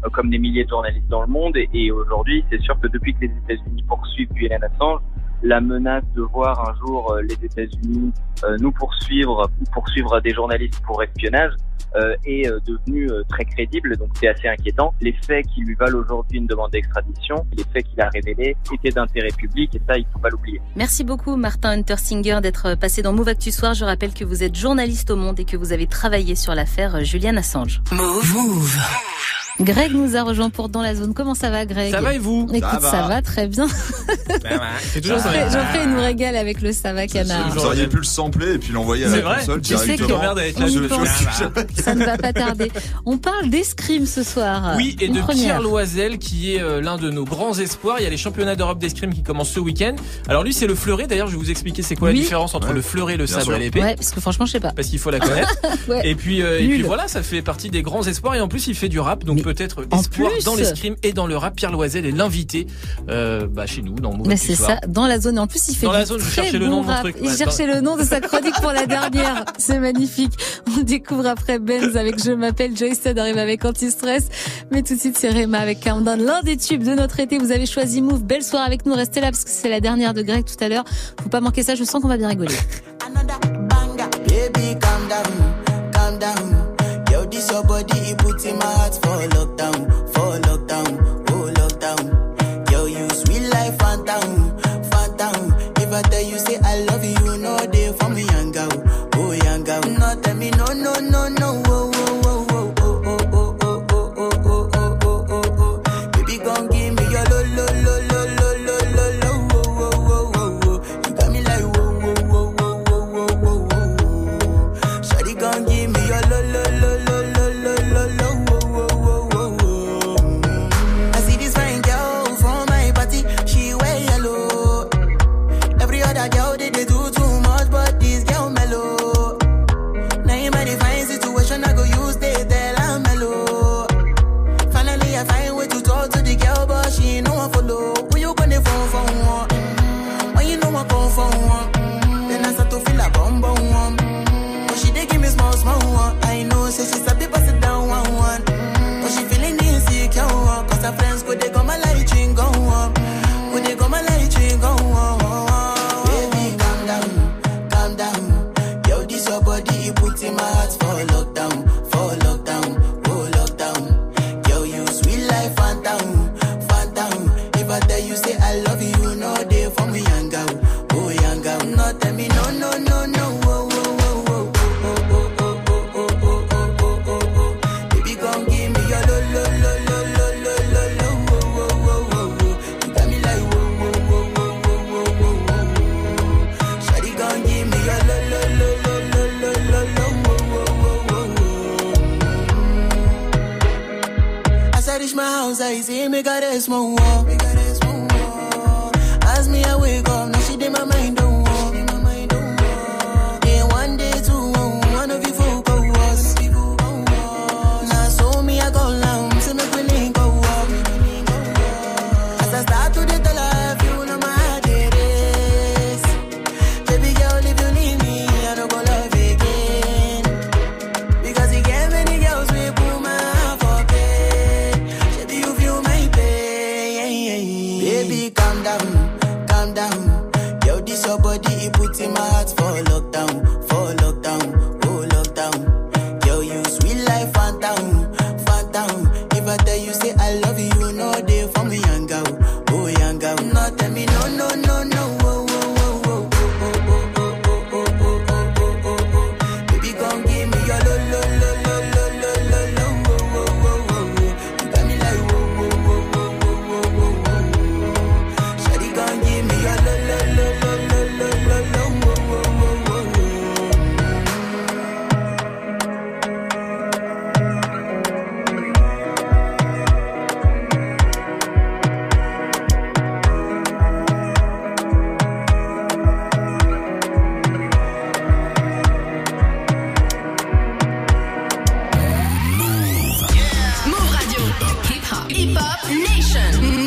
comme des milliers de journalistes dans le monde. Et aujourd'hui, c'est sûr que depuis que les États-Unis poursuivent Julian Assange, la menace de voir un jour les États-Unis nous poursuivre ou poursuivre des journalistes pour espionnage est devenue très crédible, donc c'est assez inquiétant. Les faits qui lui valent aujourd'hui une demande d'extradition, les faits qu'il a révélés étaient d'intérêt public et ça, il ne faut pas l'oublier. Merci beaucoup Martin Hunter-Singer d'être passé dans Move Actu Soir. Je rappelle que vous êtes journaliste au Monde et que vous avez travaillé sur l'affaire Julian Assange. Move. Greg nous a rejoint pour Dans la Zone. Comment ça va, Greg? Ça va et vous? Écoute, ça va très bien. C'est toujours ça. Geoffrey nous régale avec le ça va canard. Vous auriez pu le sampler et puis l'envoyer à la console directement. Ça ne va pas tarder. On parle d'escrime ce soir. Oui, et de Pierre Loisel qui est l'un de nos grands espoirs. Il y a les championnats d'Europe d'escrime qui commencent ce week-end. Alors lui, c'est le fleuret. D'ailleurs, je vais vous expliquer c'est quoi la différence entre le fleuret, le sabre et l'épée. Ouais, parce que franchement, je sais pas. Parce qu'il faut la connaître. Et puis voilà, ça fait partie des grands espoirs. Et en plus, il fait du rap, donc peut-être espoir dans l'escrime et dans le rap. Pierre Loisel est l'invité chez nous dans Move. Mais c'est ça, dans la zone. Et en plus, il fait dans la zone. Je cherchais le nom de mon truc. Il cherchait le nom de sa chronique pour la dernière. C'est magnifique. On découvre après Benz avec Je m'appelle. Joyce arrive avec Anti-Stress. Mais tout de suite, c'est Rema avec Countdown, l'un des tubes de notre été. Vous avez choisi Move. Belle soirée avec nous. Restez là parce que c'est la dernière de Greg tout à l'heure. Faut pas manquer ça. Je sens qu'on va bien rigoler. Baby, calm down, calm down. Yo, this your body, it puts in my heart for lockdown, oh lockdown. Yo, you sweet life, phantom, phantom. If I tell you say I love you, no day for me, young girl, oh young girl. No, tell me no, no, no, no, oh, oh, oh, oh, oh, oh, oh, oh, oh, oh, oh, oh, oh, oh. Baby, gon' give me your lo, lo, lo, lo, lo, lo, lo, lo, oh, oh, oh, oh, oh. You got me like whoa, whoa, whoa, whoa, whoa, whoa, whoa, whoa. Shawty gon' give me your lo, lo, lo, lo, lo, lo, lo, lo, whoa, whoa, whoa, whoa. I see this fine girl from my party, she wear yellow. Every other girl they do too much, but this girl mellow. Now in my divine situation, I go use they tell I'm mellow. Finally I find way to talk to the girl, but she ain't no one follow. Who you gonna phone for one? When you know I come for one, then I start to feel a bum bum one. But she dey give me small small one. I know say she sabi pass it down one one. But she feeling insecure, cause her friends go they come my light ring go on. Go they come my light ring go on. Baby, calm down, calm down. Yo, this your body, it puts in my heart for lockdown, oh lockdown. Yo, you sweet life, phantom, phantom. If I tell you say I love you, no day for me, young girl, oh young girl. No, tell me no, no, no, no, oh, oh, oh, oh, oh, oh, oh, oh, oh, oh, oh, oh, oh. Baby, gon' give me your lo, lo, lo, lo, lo, lo, lo, lo, oh, oh, oh, oh, oh. You got me like whoa, whoa, whoa, whoa, whoa, whoa, whoa, whoa. Shawty gon' give me your lo, lo, lo, lo, lo, lo, lo, lo, oh, oh, oh, oh. As I reach my house, I see me got a small wall. As me I wake up, now she did my mind don't walk. Then one day two, one of you folk go was. Now so me I go down, so me willing go walk. As I start to the tell her, you know my heart it is. Baby girl, if you leave me, I don't go love again. Because you get many girls we put my heart for bed. Baby, you feel my pain. Baby, calm down, calm down. Yo, this your body, it puts in my heart for lockdown, oh lockdown. Yo, you sweet life, phantom, phantom. If I tell you say I love you, no day for me, young girl, oh young girl. No, tell me no, no, no, no, oh, oh, oh, oh, oh, oh, oh, oh, oh, oh, oh, oh, oh. Baby, gon' give me your lo, lo, lo, lo, lo, lo, lo, lo, oh, oh, oh, oh. You got me like whoa, whoa, whoa, whoa, whoa, whoa, whoa. Shawty gon' give me your lo, lo, lo, lo, lo, lo, lo, lo, oh, oh, oh, oh, oh. Move Radio. Hip Hop. Hip Hop Nation.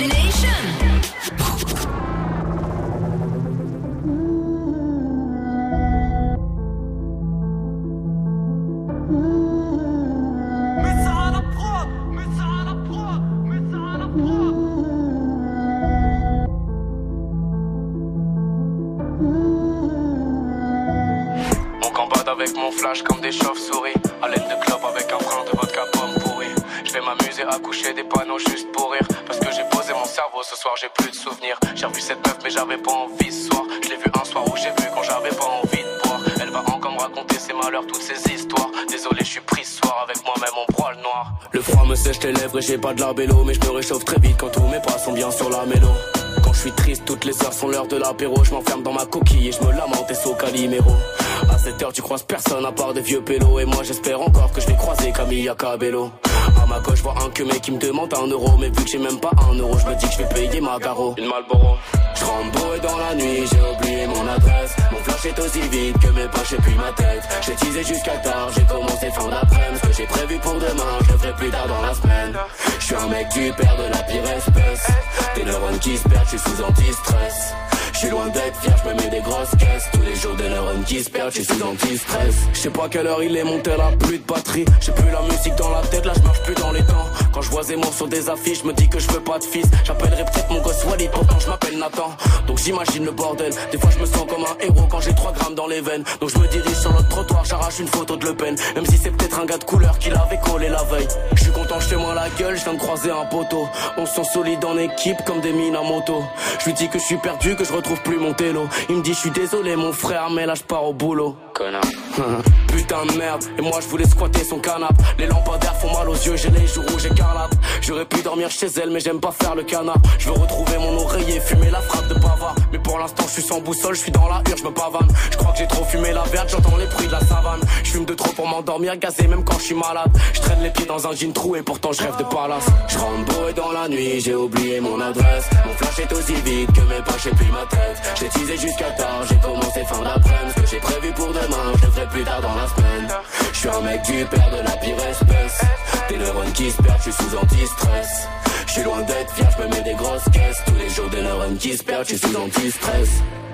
avec mon flash comme des chauves-souris. À l'aide de clopes avec un frein de vodka pomme pourri. Je vais m'amuser à coucher des panneaux juste pour rire. Parce que j'ai posé mon cerveau, ce soir j'ai plus de souvenirs. J'ai revu cette meuf mais j'avais pas envie ce soir. Je l'ai vu un soir où j'ai vu quand j'avais pas envie de boire. Elle va encore me raconter ses malheurs, toutes ses histoires. Désolé, je suis pris ce soir avec moi-même en broie le noir. Le froid me sèche les lèvres et j'ai pas de la bélo. Mais je me réchauffe très vite quand tous mes pas sont bien sur la mélo. Quand je suis triste, toutes les heures sont l'heure de l'apéro. Je m'enferme dans ma coquille et je me lamente et saut Calimero. À cette heure tu croises personne à part des vieux pélos. Et moi j'espère encore que je vais croiser Camilla Cabello. À ma gauche je vois un cumé qui me demande 1 euro. Mais vu que j'ai même pas 1 euro, je me dis que je vais payer ma garo. Une Marlboro. Je rentre bourré dans la nuit, j'ai oublié mon adresse. Mon flash est aussi vide que mes poches et puis ma tête. J'ai teasé jusqu'à tard, j'ai commencé fin d'après-midi. Ce que j'ai prévu pour demain, je le ferai plus tard dans la semaine. Je suis un mec du père de la pire espèce. Des neurones qui se perdent, je suis sous anti-stress. Je suis loin d'être fier, je me mets des grosses caisses. Tous les jours des neurones qui se perdent, je suis sous anti-stress. Je sais pas à quelle heure il est monté là, plus de batterie. J'ai plus la musique dans la tête, là je marche plus dans les temps. Quand je vois Zemmour sur des affiches, je me dis que je veux pas de fils. J'appellerai peut-être mon gosse Walid, pourtant je m'appelle Nathan. Donc j'imagine le bordel, des fois je me sens comme un héros quand j'ai 3 grammes dans les veines. Donc je me dirige sur l'autre trottoir, j'arrache une photo de Le Pen. Même si c'est peut-être un gars de couleur qui l'avait collé la veille. Je suis content, je fais moi la gueule, je viens de croiser un poteau. On se sent solide en équipe comme des mines à moto. Je lui dis que je suis perdu, que je retrouve plus mon télo. Il me dit je suis désolé mon frère, mais là je pars au boulot. Connard. Putain de merde, et moi je voulais squatter son canapé. Les lampadaires font mal aux yeux, j'ai les joues rouges écarlates. J'aurais pu dormir chez elle, mais j'aime pas faire le canard. Je veux retrouver mon oreiller, fumer la frappe de bavard. Mais pour l'instant je suis sans boussole, je suis dans la hurle, je me pavane. Je crois que j'ai trop fumé la verte, j'entends les bruits de la savane. Je fume de trop pour m'endormir, gazé même quand je suis malade. Je traîne les pieds dans un jean troué, pourtant je rêve de palace. Je rentre bourré dans la nuit, j'ai oublié mon adresse. Mon flash est aussi vide que mes poches et puis ma tête. J'ai teasé jusqu'à tard, j'ai commencé fin d'après-midi. Ce que j'ai prévu pour demain, je le ferai plus tard dans la semaine. Je suis un mec du père de la pire espèce. Des neurones qui se perdent, je suis sous anti-stress. Je suis loin d'être fier, je me mets des grosses caisses. Tous les jours des neurones qui se perdent, je suis sous anti-stress.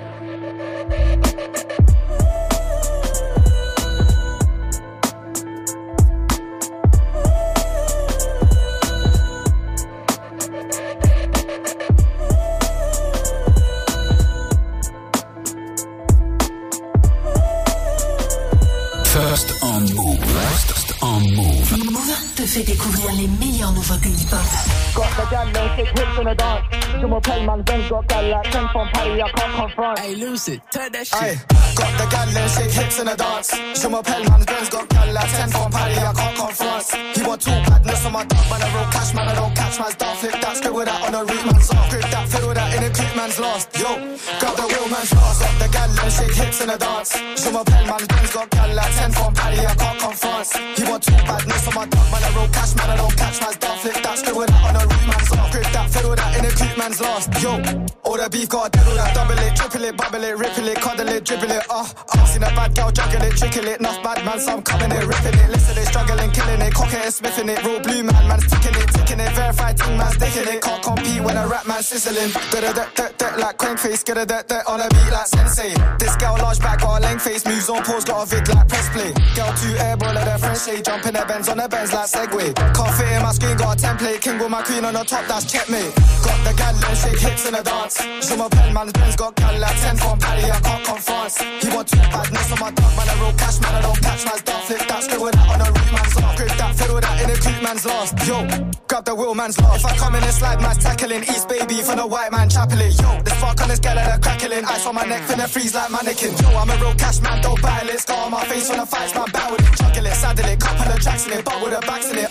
First on Move. First on Move. Move te fait découvrir les meilleures nouveautés hip-hop. Got the gal, no sick hips in the dance. To my pen, man, Ben's got gal like 10 from Paddy, I can't confront. Hey, Lucid, turn that shit. Aye. Got the gal, no sick hips in the dance. To my pen, man, Ben's got gal like 10 from Paddy, I can't confront. He want two badness on my dog, man, I roll cash, man, I don't catch man's down. Flip that, scribble with that on a root, man's off. Grip that, fiddle that in a creep, man's lost. Yo, got the wheel, man's lost. Got the gal, no sick hips in the dance. To my pen, man, Ben's got gal like 10 from Paddy, I can't confront. He want two badness on my dog, man, I roll cash, man, I don't catch man's down. Flip that, scribble with that on a root, man's off. Grip that, fiddle that in a creep, man's lost. Yo, all the beef got a devil that double it, triple it, bubble it, ripple it, cuddle it, dribble it. Seen a bad girl juggle it, trickle it, enough bad man, some coming it, ripping it, listen it, struggling, killing it, cocking it, sniffing it, real blue man, man's ticking it, verified team man's sticking it, can't compete when a rap man sizzling. Like crank face, get a on a beat like sensei. This girl large back, got a length face, moves on pause, got a vid like press play. Girl two airball at her French shade, jump in her Benz on her Benz like Segway. Can't fit in my screen, got a template, king with my queen on the top, that's checkmate. Got the gal, no shake hips in the dance. So my pen, man's Benz got gal like 10 from Paddy, I can't confront. He want two badness on my dog, man, I roll cash, man, I don't catch man's down. Flip that, scribble that on a root, man's off. Grip that, fiddle that in a creep, man's lost. Yo, grab the wheel, man's lost. If I come in and slide, man's tackling. East baby from the white man, chapel it. Yo, this fuck on this gal at a crackling. Ice on my neck, finna freeze like mannequin. Yo, I'm a real cash man, don't battle it. Scar on my face when I fight, man, battle it. Juggle it, saddle it, cup on the tracks in it, but with the backs in it.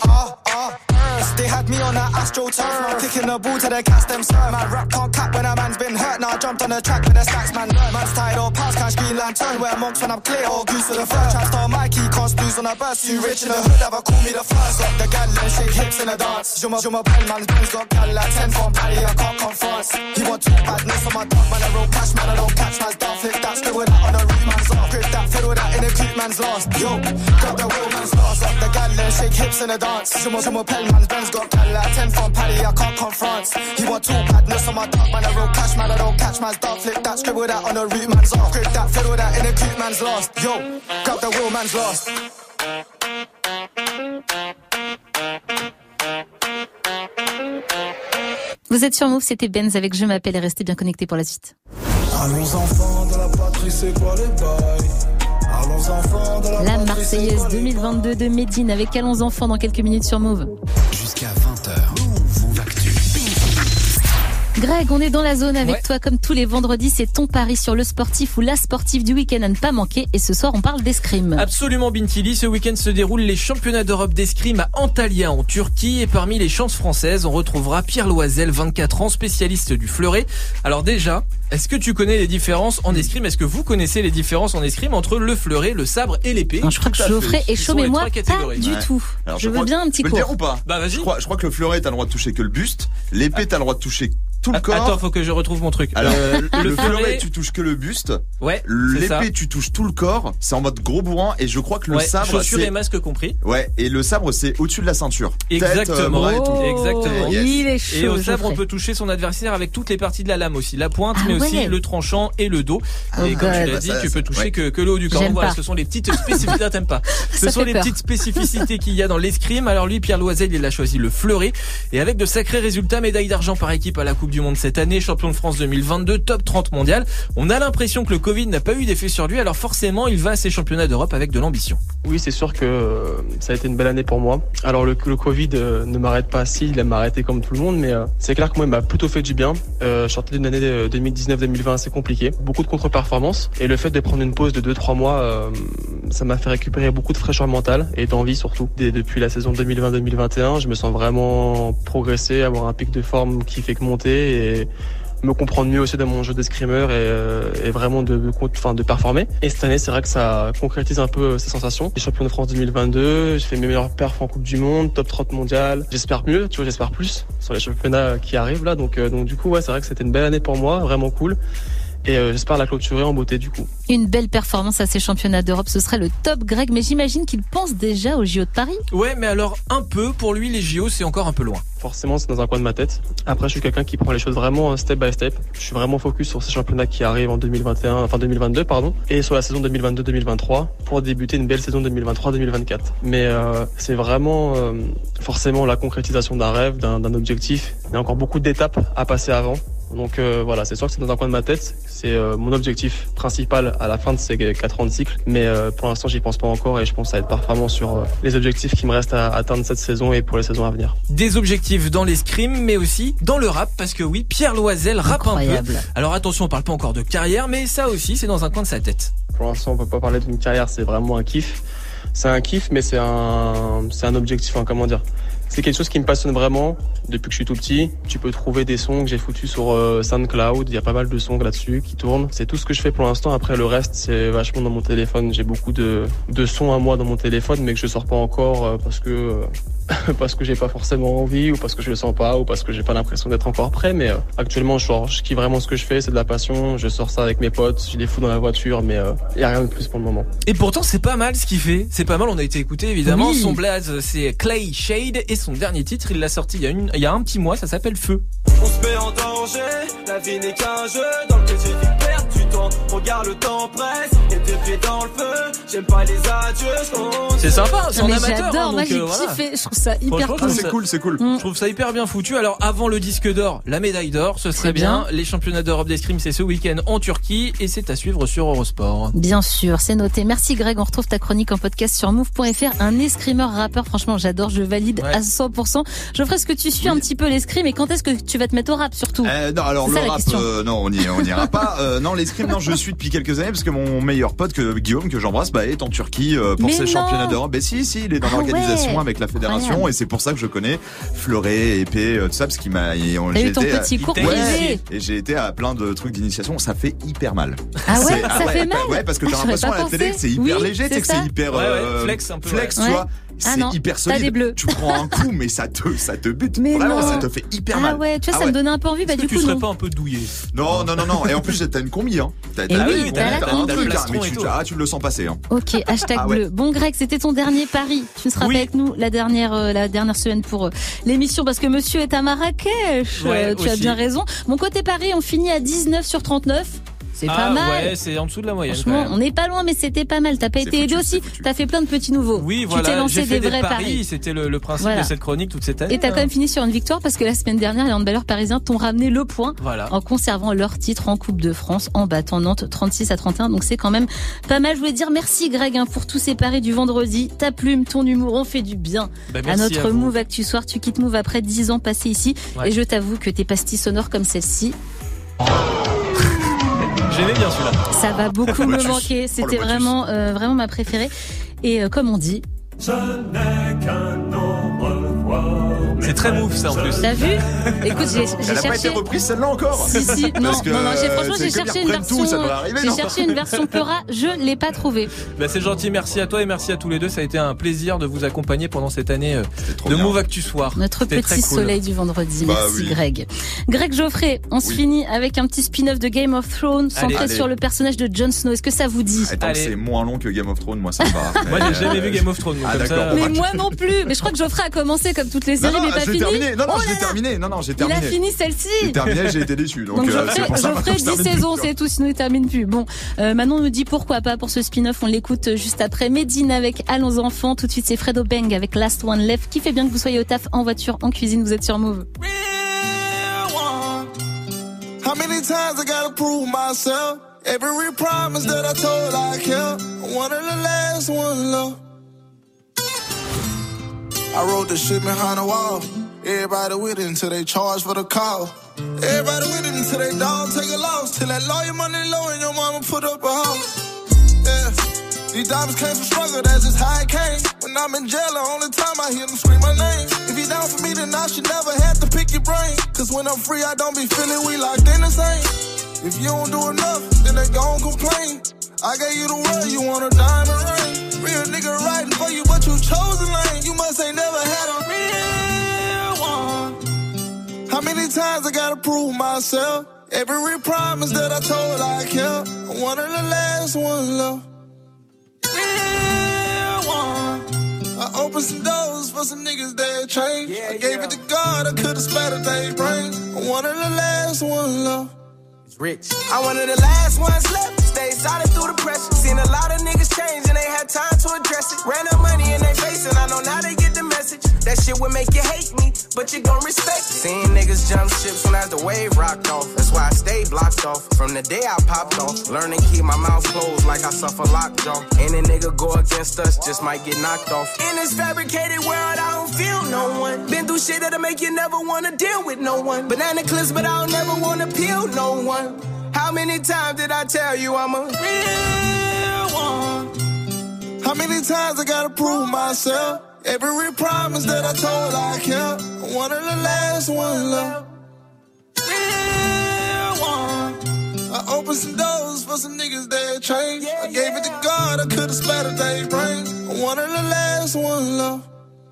They had me on that Astro turf. Now kicking the ball to the cast them sir. Man, rap can't cap when a man's been hurt. Now I jumped on the track with the stacks, man. Man's tied or pass, cash, green lantern. Wear monks when I'm clear or goose to the fur. Trap star Mikey, cost blues on a burst. Too rich in the hood, ever call me the first. Got the gal and shake hips in the dance. Jumma pen, man's Ben's got gal like 10 from Paddy, I can't confront. He want two badness on my dog, man, I roll cash, man, I don't catch man's down. Flip that, scribble that on a root, man's off. Grip that, fiddle that in a creep, man's lost. Yo, got the wheel, man's lost. Got the gal and shake hips in the dance. Jumma pen, man's Ben's got gal like 10 from Paddy, I can't confront. He want two badness on my dog, man, I roll cash, man, I don't catch man's dog. Flip that, scribble that on a root, man's off. Grip that, fiddle that in a creep, man's lost. Yo, grab the wheel, man's lost. Vous êtes sur Move, c'était Benz avec Je m'appelle et restez bien connectés pour la suite. Allons enfants de la patrie, c'est quoi les bails? Allons enfants de la Marseillaise 2022 de Medine avec Allons enfants dans quelques minutes sur Move. Jusqu'à 20h. Move Actu. Greg, on est dans la zone avec toi comme tous les vendredis, c'est ton pari sur le sportif ou la sportive du week-end à ne pas manquer et ce soir on parle d'escrime. Absolument Bintili, ce week-end se déroulent les championnats d'Europe d'escrime à Antalya en Turquie et parmi les chances françaises on retrouvera Pierre Loisel, 24 ans, spécialiste du fleuret. Alors déjà, est-ce que tu connais les différences en escrime? Est-ce que vous connaissez les différences en escrime entre le fleuret, le sabre et l'épée? Je crois que Geoffrey est chaud mais moi pas du tout. Alors, je veux bien un petit cours. Tu peux le dire ou pas? Bah vas-y. Je crois que le fleuret t'as le droit de toucher que le buste, l'épée t'as le droit de toucher tout le corps. Attends, faut que je retrouve mon truc. Alors, le fleuret, tu touches que le buste. Ouais. L'épée, tu touches tout le corps. C'est en mode gros bourrin. Et je crois que le sabre, chaussures et masques compris. Ouais. Et le sabre, c'est au-dessus de la ceinture. Exactement. Tête, bras et tout. Exactement. Yes. Il est chaud. Et au sabre, on peut toucher son adversaire avec toutes les parties de la lame aussi. La pointe, mais aussi le tranchant et le dos. Et comme tu l'as dit, tu peux toucher que le haut du corps. Voilà, ce sont les petites spécificités. T'aimes pas. Ce sont les petites spécificités qu'il y a dans l'escrime. Alors lui, Pierre Loisel, il a choisi le fleuret. Et avec de sacrés résultats, médaille d'argent par équipe à la Coupe du Monde cette année, champion de France 2022, top 30 mondial. On a l'impression que le Covid n'a pas eu d'effet sur lui, alors forcément il va à ces championnats d'Europe avec de l'ambition. Oui, c'est sûr que ça a été une belle année pour moi. Alors le Covid ne m'arrête pas, si, il m'a arrêté comme tout le monde, mais c'est clair que moi il m'a plutôt fait du bien. Je sortais d'une année 2019-2020 assez compliquée, beaucoup de contre-performances, et le fait de prendre une pause de 2-3 mois, ça m'a fait récupérer beaucoup de fraîcheur mentale et d'envie surtout. Depuis la saison 2020-2021, je me sens vraiment progresser, avoir un pic de forme qui fait que monter et me comprendre mieux aussi dans mon jeu d'escrimeur et vraiment de performer. Et cette année, c'est vrai que ça concrétise un peu ces sensations. Les champions de France 2022, j'ai fait mes meilleurs perfs en Coupe du Monde, top 30 mondial. J'espère mieux, tu vois, j'espère plus sur les championnats qui arrivent là. Donc du coup, c'est vrai que c'était une belle année pour moi, vraiment cool. Et j'espère la clôturer en beauté du coup. Une belle performance à ces championnats d'Europe, ce serait le top, Greg, mais j'imagine qu'il pense déjà aux JO de Paris. Ouais, mais alors un peu, pour lui les JO c'est encore un peu loin. Forcément c'est dans un coin de ma tête. Après je suis quelqu'un qui prend les choses vraiment step by step. Je suis vraiment focus sur ces championnats qui arrivent en 2022 et sur la saison 2022-2023 pour débuter une belle saison 2023-2024. Mais c'est vraiment forcément la concrétisation d'un rêve, d'un objectif. Il y a encore beaucoup d'étapes à passer avant. Donc voilà, c'est sûr que c'est dans un coin de ma tête. C'est mon objectif principal à la fin de ces 4 ans de cycle. Mais pour l'instant, j'y pense pas encore et je pense à être performant sur les objectifs qui me restent à atteindre cette saison et pour les saisons à venir. Des objectifs dans l'escrime, mais aussi dans le rap, parce que oui, Pierre Loisel rappe un peu. Alors attention, on parle pas encore de carrière, mais ça aussi, c'est dans un coin de sa tête. Pour l'instant, on peut pas parler d'une carrière, c'est vraiment un kiff. C'est un kiff, mais c'est un objectif, comment dire. C'est quelque chose qui me passionne vraiment depuis que je suis tout petit. Tu peux trouver des sons que j'ai foutus sur SoundCloud. Il y a pas mal de sons là-dessus qui tournent. C'est tout ce que je fais pour l'instant. Après, le reste, c'est vachement dans mon téléphone. J'ai beaucoup de sons à moi dans mon téléphone, mais que je sors pas encore parce que j'ai pas forcément envie ou parce que je le sens pas ou parce que j'ai pas l'impression d'être encore prêt. Mais actuellement, je kiffe vraiment ce que je fais. C'est de la passion. Je sors ça avec mes potes. Je les fous dans la voiture, mais il y a rien de plus pour le moment. Et pourtant, c'est pas mal ce qu'il fait. C'est pas mal. On a été écouté évidemment. Oui. Son blaze, c'est Clay Shade et son dernier titre, il l'a sorti il y a un petit mois, ça s'appelle Feu. On se met en danger, la vie n'est qu'un jeu dans lequel j'ai dû perdre du temps. Regarde le temps presse, et tes pieds dans le feu. J'aime pas les adieux, c'est sympa, c'est en amateur. J'adore, moi j'ai kiffé, je trouve ça hyper cool. C'est cool. Je trouve ça hyper bien foutu. Alors avant le disque d'or, la médaille d'or, ce serait bien. Les championnats d'Europe d'escrime, c'est ce week-end en Turquie et c'est à suivre sur Eurosport. Bien sûr, c'est noté. Merci Greg, on retrouve ta chronique en podcast sur move.fr. Un escrimeur rappeur, franchement j'adore, je valide à 100%. Geoffrey, est-ce que tu suis un petit peu l'escrime et quand est-ce que tu vas te mettre au rap surtout? Non, alors le rap, non, on n'ira pas. Non, l'escrime, non, je suis depuis quelques années parce que mon meilleur pote, Guillaume, que j'embrasse, est en Turquie pour ses championnats d'Europe. Si, il est dans l'organisation avec la fédération et c'est pour ça que je connais fleuret, épée, tout ça parce qu'il m'a. J'ai eu ton petit cours privé. Et j'ai été à plein de trucs d'initiation. Ça fait hyper mal. Ah ouais, ça fait mal. Ouais, parce que t'as l'impression à la télé que c'est hyper léger, que c'est hyper flex un peu. Flex, tu vois. C'est hyper solide. Tu prends un coup, mais ça te bute. Mais vraiment, non. ça te fait hyper mal. Ah ouais, tu vois, ça me donnait un peu envie. Du coup, tu serais pas un peu douillé? Non. Et en plus, t'as une combi, hein. T'as un mais tu le sens passer, hein. Ok, hashtag bleu. Bon, Greg, c'était ton dernier pari. Tu ne seras pas avec nous la dernière semaine pour l'émission parce que monsieur est à Marrakech. Tu as bien raison. Mon côté pari, on finit à 19 sur 39. C'est pas mal. Ouais, c'est en dessous de la moyenne. Franchement, on n'est pas loin, mais c'était pas mal. T'as pas été aidé aussi. T'as fait plein de petits nouveaux. Oui, voilà. Tu t'es lancé j'ai fait des vrais paris. C'était le principe de cette chronique toute cette année. Et t'as quand même fini sur une victoire parce que la semaine dernière, les handballeurs parisiens t'ont ramené le point en conservant leur titre en Coupe de France, en battant Nantes 36-31. Donc c'est quand même pas mal. Je voulais dire merci Greg pour tous ces paris du vendredi. Ta plume, ton humour, on fait du bien à notre Move Actu Soir. Tu quittes Move après 10 ans passés ici. Et je t'avoue que tes pastilles sonores comme celle-ci. J'aimais bien celui-là. Ça va beaucoup me manquer. C'était vraiment ma préférée. Et comme on dit... Ce n'est qu'un au revoir. C'est très move ça en plus. T'as vu? Écoute, j'ai cherché. Elle a pas été reprise celle-là encore. Si. Non, franchement, j'ai cherché une version. J'ai cherché une version Peura, je l'ai pas trouvée. Bah, c'est gentil, merci à toi et merci à tous les deux. Ça a été un plaisir de vous accompagner pendant cette année de Move Actu Soir. Notre petit soleil du vendredi. Merci Greg. Greg Geoffrey, on se finit avec un petit spin-off de Game of Thrones centré sur le personnage de Jon Snow. Est-ce que ça vous dit? Attends, c'est moins long que Game of Thrones, moi ça me va. Moi j'ai jamais vu Game of Thrones. Mais moi non plus. Mais je crois que Geoffrey a commencé comme toutes les séries, mais pas fini. J'ai terminé. Il a fini celle-ci. J'ai terminé, j'ai été déçu. Donc Geoffrey 10 saisons, c'est tout, sinon il termine plus. Bon, Manon nous dit pourquoi pas pour ce spin-off. On l'écoute juste après Medine avec Allons enfants. Tout de suite, c'est Fredo Bang avec Last One Left. Qui fait bien que vous soyez au taf, en voiture, en cuisine. Vous êtes sur Move. How many times I gotta prove myself? Every promise that I told I kept. One of the last one, love. I wrote the shit behind the wall. Everybody with it until they charge for the call. Everybody with it until they dog take a loss. Till that lawyer money low and your mama put up a house. Yeah, these diamonds came from struggle, that's just how it came. When I'm in jail, the only time I hear them scream my name. If you down for me, then I should never have to pick your brain. Cause when I'm free, I don't be feeling we locked in the same. If you don't do enough, then they gon' complain. I gave you the world, you want a diamond ring. Real nigga riding for you, but you chose a lane. You must ain't never had a real one. How many times I gotta prove myself? Every promise that I told I kept. One of the last one, love. Real one. I opened some doors for some niggas that changed. I gave it to God, I could've splattered their brains. One of the last one, love. Rich. I'm one of the last ones left. Stay solid through the pressure. Seen a lot of niggas change and they had time to address it. Ran up money in their face and I know now they get the message. That shit would make you hate me, but you gon' respect it. Seen niggas jump ships when as the wave rocked off. That's why I stay blocked off. From the day I popped off. Learn to keep my mouth closed like I suffer lockjaw. Any nigga go against us just might get knocked off. In this fabricated world I don't feel no one. Been through shit that'll make you never wanna deal with no one. Banana clips but I don't never wanna peel no one. How many times did I tell you I'm a real one? How many times I gotta prove myself? Every promise that I told I kept. One of the last one, love. Real one. I opened some doors for some niggas that changed. I gave it to God, I could've splattered their brains. One of the last one, love.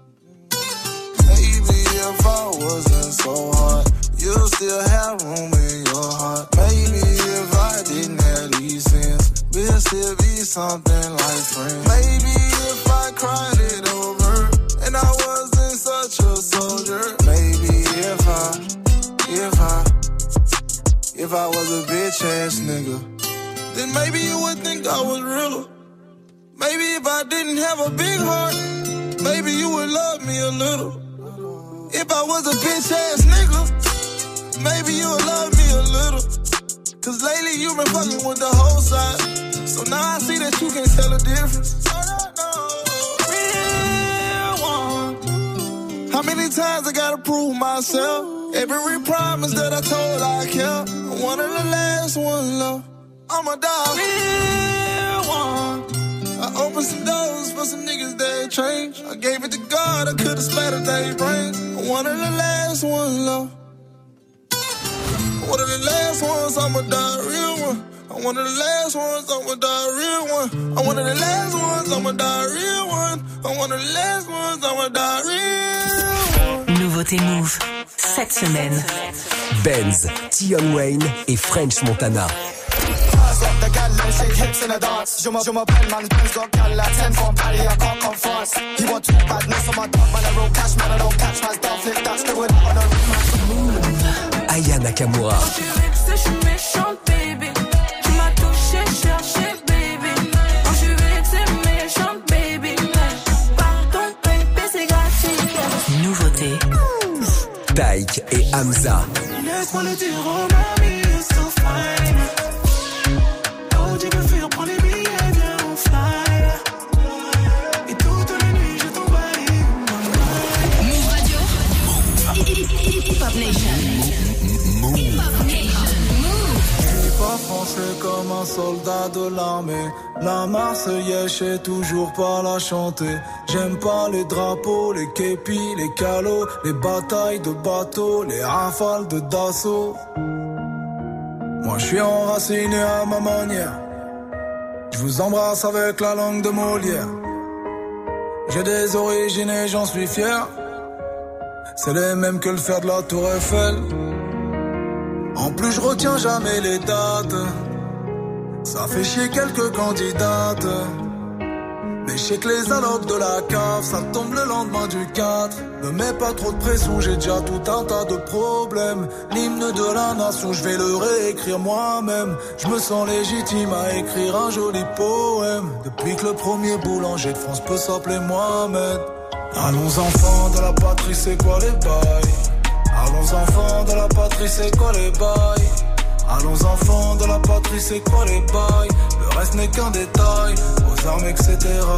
Maybe if I wasn't so hard, you'll still have room in your heart. Maybe if I didn't have these sins, we'll still be something like friends. Maybe if I cried it over and I wasn't such a soldier. Maybe if I was a bitch ass nigga, then maybe you would think I was realer. Maybe if I didn't have a big heart, maybe you would love me a little. If I was a bitch ass nigga, maybe you would love me a little. Cause lately you been fucking with the whole side. So now I see that you can't tell the difference. Real one. How many times I gotta prove myself? Every promise that I told I kept. One of the last one, love. I'm a dog. Real one. I opened some doors for some niggas that changed. I gave it to God, I could've splattered their brains. One of the last one, love. One of the last ones, I'ma die real one. I'm one of the last ones, I'ma die real one. I'm one of the last ones, I'ma die real one. I'm one of the last ones, I'ma die real one. Nouveauté Move, cette semaine. Benz, Tion Wayne et French Montana. Let the gal and shake hips in the dance. You're my pen, man. Ben's got gal like 10 from Paddy. I can't come fast. He want two badness on my dog, man. I roll cash, man. I don't catch man's down. Flip that, still with on the Aya Nakamura. Tu veux que je suis méchante, baby. Tu Hamza. Laisse-moi le dire, oh mamie, you're so fine. Oh, tu veux faire, prends les billets, viens, on fly. Et toutes les nuits, je t'envahis. Move Radio. Hip-Hop Nation. Hip-Hop Nation. Pas français comme un soldat de l'armée. La Marseillaise, je sais toujours pas la chanter. J'aime pas les drapeaux, les képis, les calots, les batailles de bateaux, les rafales de Dassault. Moi je suis enraciné à ma manière. Je vous embrasse avec la langue de Molière. J'ai des origines et j'en suis fier. C'est les mêmes que le fer de la Tour Eiffel. En plus je retiens jamais les dates. Ça fait chier quelques candidates. Mais je sais que les allocs de la cave, ça tombe le lendemain du 4. Me mets pas trop de pression, j'ai déjà tout un tas de problèmes. L'hymne de la nation, je vais le réécrire moi-même. Je me sens légitime à écrire un joli poème. Depuis que le premier boulanger de France peut s'appeler Mohamed. Allons enfants de la patrie, c'est quoi les bails? Allons enfants de la patrie, c'est quoi les bails? Allons enfants de la patrie, c'est quoi les bails? Le reste n'est qu'un détail, aux armes etc.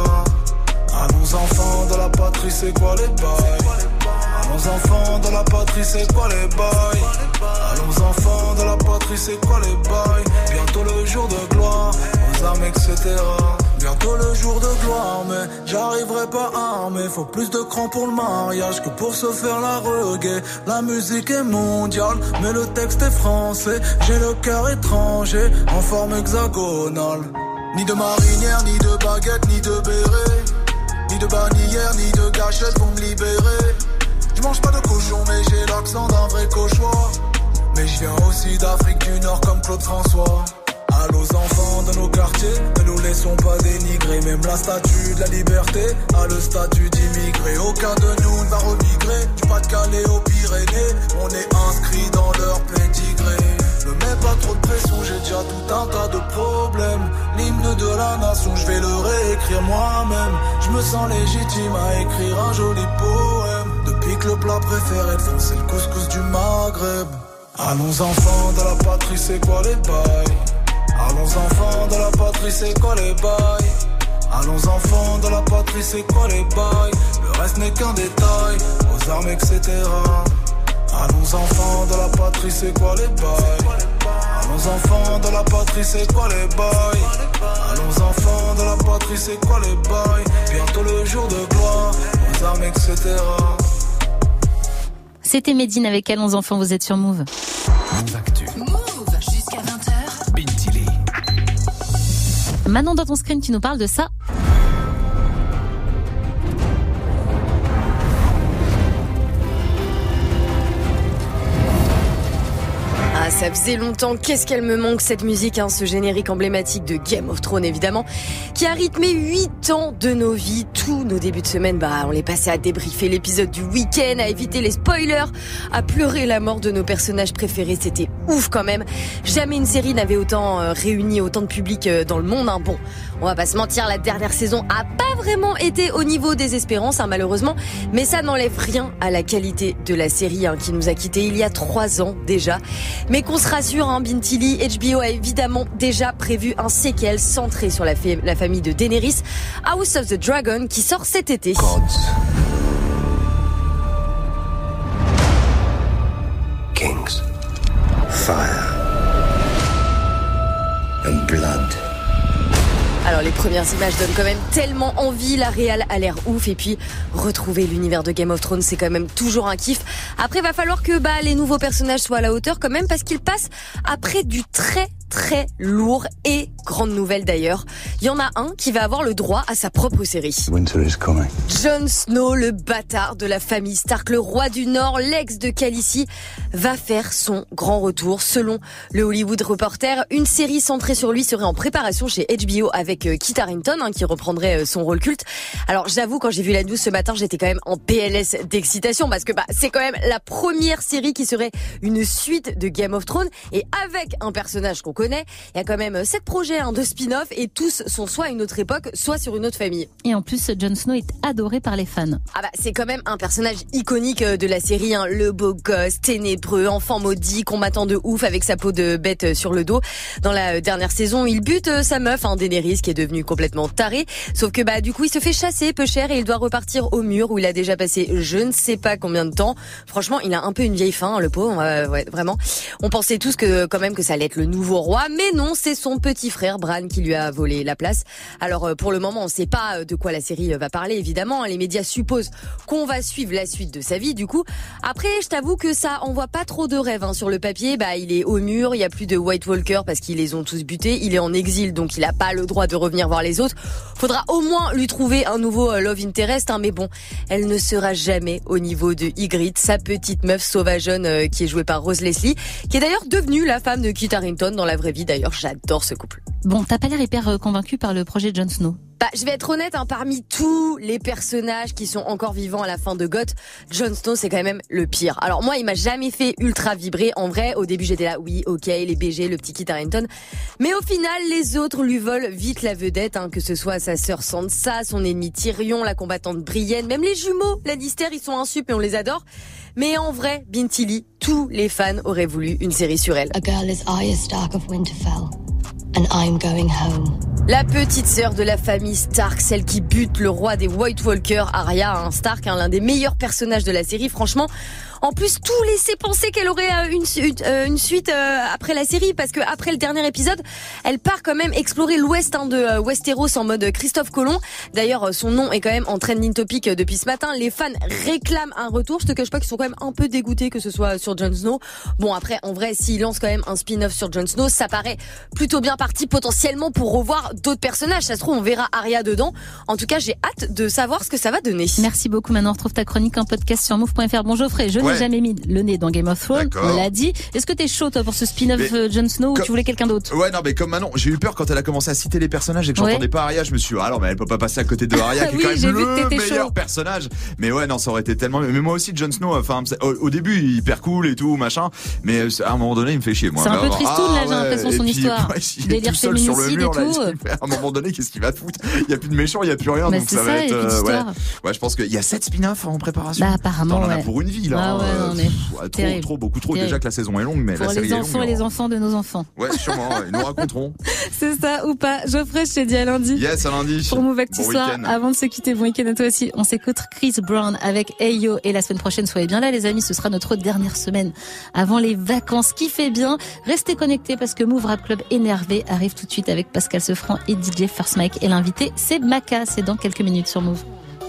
Allons enfants de la patrie, c'est quoi les bails? Allons enfants de la patrie, c'est quoi les bails? Allons enfants de la patrie, c'est quoi les bails? Bientôt le jour de gloire, aux armes etc. Bientôt le jour de gloire, mais j'arriverai pas armé. Faut plus de cran pour le mariage que pour se faire la reggae. La musique est mondiale, mais le texte est français. J'ai le cœur étranger, en forme hexagonale. Ni de marinière, ni de baguette, ni de béret. Ni de bannière, ni de gâchette pour me libérer. Je mange pas de cochon, mais j'ai l'accent d'un vrai cauchois. Mais je viens aussi d'Afrique du Nord comme Claude François. Allô aux enfants de nos quartiers, ne nous laissons pas dénigrer. Même la statue de la liberté a le statut d'immigré. Aucun de nous ne va remigrer, du Pas-de-Calais aux Pyrénées. On est inscrit dans leur pédigré. Ne mets pas trop de pression, j'ai déjà tout un tas de problèmes. L'hymne de la nation, je vais le réécrire moi-même. Je me sens légitime à écrire un joli poème. Depuis que le plat préféré de France, c'est le couscous du Maghreb. Allons enfants de la patrie, c'est quoi les bails? Allons enfants de la patrie, c'est quoi les bails? Allons enfants de la patrie, c'est quoi les bails? Le reste n'est qu'un détail, aux armes etc. Allons enfants de la patrie, c'est quoi les bails? Allons enfants de la patrie, c'est quoi les bails? Allons enfants de la patrie, c'est quoi les bails? Bientôt le jour de gloire, aux armes etc. C'était Médine avec Allons enfants, vous êtes sur Move. Move Actu. Move jusqu'à 20h. Bintili. Manon, dans ton screen, tu nous parles de ça. Ah, ça faisait longtemps, qu'est-ce qu'elle me manque cette musique, hein, ce générique emblématique de Game of Thrones évidemment, qui a rythmé 8 ans de nos vies. Tous nos débuts de semaine, on les passait à débriefer l'épisode du week-end, à éviter les spoilers, à pleurer la mort de nos personnages préférés. C'était ouf quand même. Jamais une série n'avait autant réuni autant de public dans le monde, hein. Bon, on va pas se mentir, la dernière saison a pas vraiment été au niveau des espérances, hein, malheureusement, mais ça n'enlève rien à la qualité de la série, hein, qui nous a quittés il y a 3 ans déjà. Mais qu'on se rassure, hein, Bintili, HBO a évidemment déjà prévu un séquel centré sur la famille de Daenerys, House of the Dragon, qui sort cet été. Gods. Kings. Fire. And blood. Alors les premières images donnent quand même tellement envie, la réal a l'air ouf, et puis retrouver l'univers de Game of Thrones, c'est quand même toujours un kiff. Après va falloir que les nouveaux personnages soient à la hauteur quand même, parce qu'ils passent après du très lourd. Et grande nouvelle d'ailleurs, il y en a un qui va avoir le droit à sa propre série. Winter is coming. Jon Snow, le bâtard de la famille Stark, le roi du Nord, l'ex de Khaleesi, va faire son grand retour. Selon le Hollywood Reporter, une série centrée sur lui serait en préparation chez HBO avec Kit Harington, hein, qui reprendrait son rôle culte. Alors j'avoue, quand j'ai vu la news ce matin, j'étais quand même en PLS d'excitation, parce que c'est quand même la première série qui serait une suite de Game of Thrones, et avec un personnage qu'on connaît. Il y a quand même 7 projets de spin-off et tous sont soit à une autre époque, soit sur une autre famille. Et en plus, Jon Snow est adoré par les fans. Ah bah c'est quand même un personnage iconique de la série, le beau gosse, ténébreux, enfant maudit, combattant de ouf avec sa peau de bête sur le dos. Dans la dernière saison, il bute sa meuf, Daenerys, qui est devenue complètement tarée. Sauf que du coup, il se fait chasser peu cher et il doit repartir au mur où il a déjà passé je ne sais pas combien de temps. Franchement, il a un peu une vieille fin, le pauvre, ouais, vraiment. On pensait tous que quand même que ça allait être le nouveau roi, mais non, c'est son petit frère Bran qui lui a volé la place. Alors pour le moment, on sait pas de quoi la série va parler, évidemment. Les médias supposent qu'on va suivre la suite de sa vie, du coup. Après, je t'avoue que ça envoie pas trop de rêves sur le papier. Il est au mur, il y a plus de White Walker parce qu'ils les ont tous butés. Il est en exil, donc il a pas le droit de revenir voir les autres. Faudra au moins lui trouver un nouveau love interest, mais bon, elle ne sera jamais au niveau de Ygritte, sa petite meuf sauvageonne qui est jouée par Rose Leslie, qui est d'ailleurs devenue la femme de Kit Harington dans la vraie vie. D'ailleurs, j'adore ce couple. Bon, t'as pas l'air hyper convaincu par le projet Jon Snow. Je vais être honnête, parmi tous les personnages qui sont encore vivants à la fin de GOT, Jon Snow c'est quand même le pire. Alors moi, il m'a jamais fait ultra vibrer. En vrai, au début j'étais là, oui, ok, les BG, le petit Kit Harington. Mais au final, les autres lui volent vite la vedette, que ce soit sa sœur Sansa, son ennemi Tyrion, la combattante Brienne, même les jumeaux Lannister, ils sont insup et on les adore. Mais en vrai, Bintilly, tous les fans auraient voulu une série sur elle. A girl is Arya Stark of Winterfell. And I'm going home. La petite sœur de la famille Stark, celle qui bute le roi des White Walkers, Arya Stark, l'un des meilleurs personnages de la série, franchement. En plus, tout laissait penser qu'elle aurait une suite après la série, parce que après le dernier épisode, elle part quand même explorer l'ouest de Westeros en mode Christophe Colomb. D'ailleurs, son nom est quand même en trending topic depuis ce matin. Les fans réclament un retour. Je te cache pas qu'ils sont quand même un peu dégoûtés que ce soit sur Jon Snow. Bon, après, en vrai, s'ils lancent quand même un spin-off sur Jon Snow, ça paraît plutôt bien parti potentiellement pour revoir d'autres personnages. Ça se trouve, on verra Arya dedans. En tout cas, j'ai hâte de savoir ce que ça va donner. Merci beaucoup. Maintenant, on retrouve ta chronique en podcast sur move.fr. Bon, Geoffrey, je n'ai jamais mis le nez dans Game of Thrones. On l'a dit. Est-ce que t'es chaud, toi, pour ce spin-off Jon Snow ou tu voulais quelqu'un d'autre? Ouais, non, mais comme Manon, j'ai eu peur quand elle a commencé à citer les personnages et que j'entendais pas Arya. Je me suis dit, alors, mais elle peut pas passer à côté de Arya, qui est quand même le meilleur personnage. Mais ouais, non, ça aurait été tellement. Mais moi aussi, Jon Snow, au début, il est hyper cool et tout, machin. Mais à un moment donné, il me fait chier, moi. C'est un peu tristoun, là, j'ai l'impression, son histoire. Délire féminicide et tout. À un moment donné, qu'est-ce qu'il va foutre? Il y a plus de méchants, il y a plus rien, donc ça va être. Ouais, je pense qu'il y a 7 spin-offs en préparation. Apparemment. On en a pour une vie, là. Beaucoup trop. Déjà que la saison est longue, mais pour la série les enfants et les enfants de nos enfants. Ouais, sûrement, ils nous raconteront. C'est ça ou pas. Geoffrey, je te dis à lundi. Yes, à lundi. Pour Move Actu Soir, avant de se quitter, bon week-end à toi aussi. On s'écoute Chris Brown avec Hey Yo, et la semaine prochaine, soyez bien là, les amis. Ce sera notre dernière semaine avant les vacances. Kiffez bien. Restez connectés parce que Move Rap Club énervé arrive tout de suite avec Pascal Sefranc et DJ First Mike. Et l'invité, c'est Maka. C'est dans quelques minutes sur Move.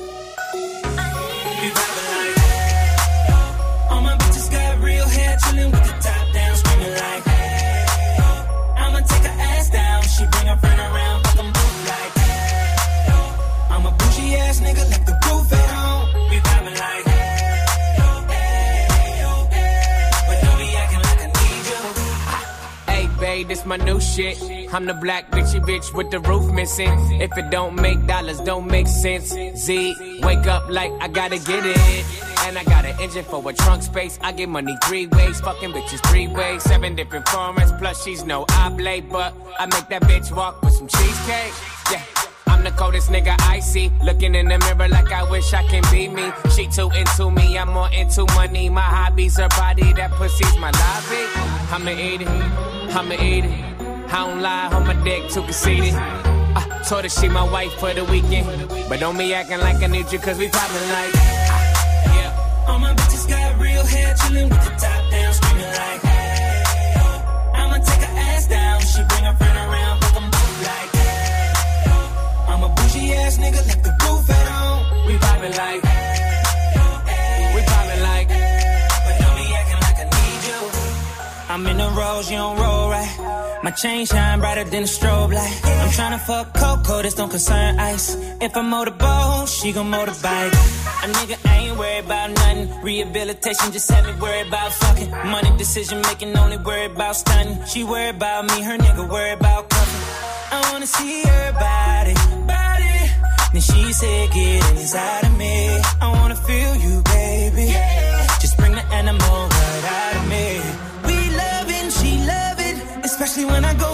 Chillin' with the top down, screaming like, hey, oh. I'ma take her ass down. She bring her friend around, fuck them both like, hey, oh. I'm a bougie ass nigga, left the roof at home. We vibing like, hey, oh, hey, oh, hey. But don't be acting like I need you. Hey, babe, this my new shit. I'm the black bitchy bitch with the roof missing. If it don't make dollars, don't make sense. Z, wake up like I gotta get it. And I got an engine for a trunk space. I get money 3 ways, fucking bitches 3 ways. 7 different formats, plus she's no oblate. But I make that bitch walk with some cheesecake. Yeah, I'm the coldest nigga I see. Looking in the mirror like I wish I can be me. She too into me, I'm more into money. My hobby's her body, that pussy's my lobby. I'ma eat it. I don't lie, on my dick too conceited. Told her she my wife for the weekend. But don't be acting like I need you, cause we poppin' like, all my bitches got real hair, chillin' with the top down, screaming like, hey, oh. I'ma take her ass down. She bring her friend around, fuck them both like, hey, oh. I'm a bougie ass nigga, left the roof at home. We vibing like, hey, oh, hey. We vibing like, hey. But don't be acting like I need you. I'm in the Rolls, you don't roll right. My chain shine brighter than a strobe light. I'm tryna fuck Coco, this don't concern ice. If I motorboat, she gon' motorbike. A nigga ain't worried about nothing. Rehabilitation just had me worried about fucking. Money decision making, only worried about stunning. She worried about me, her nigga worried about cuffing. I wanna see her body. Then she said, get inside of me. I wanna feel you, baby. Just bring the animal right out of me. We loving, she loving, especially when I go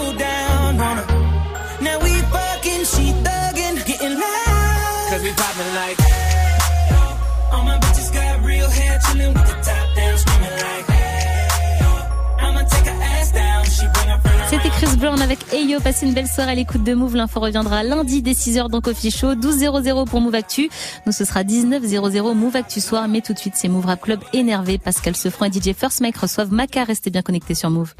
cause we poppin' like, hey, yo. All my bitches got real hair, chillin' with the top down, screamin' like, hey, yo. I'ma take her ass down, she bring her friend. C'était Chris Brown avec Ayo. Passez une belle soirée à l'écoute de Move. L'info reviendra lundi dès 6h dans Coffee Show. 12h00 pour Move Actu. Nous, ce sera 19h00 Move Actu Soir. Mais tout de suite, c'est Move Rap Club énervé. Pascal Sefranc et DJ First Mike reçoivent Maca. Restez bien connectés sur Move.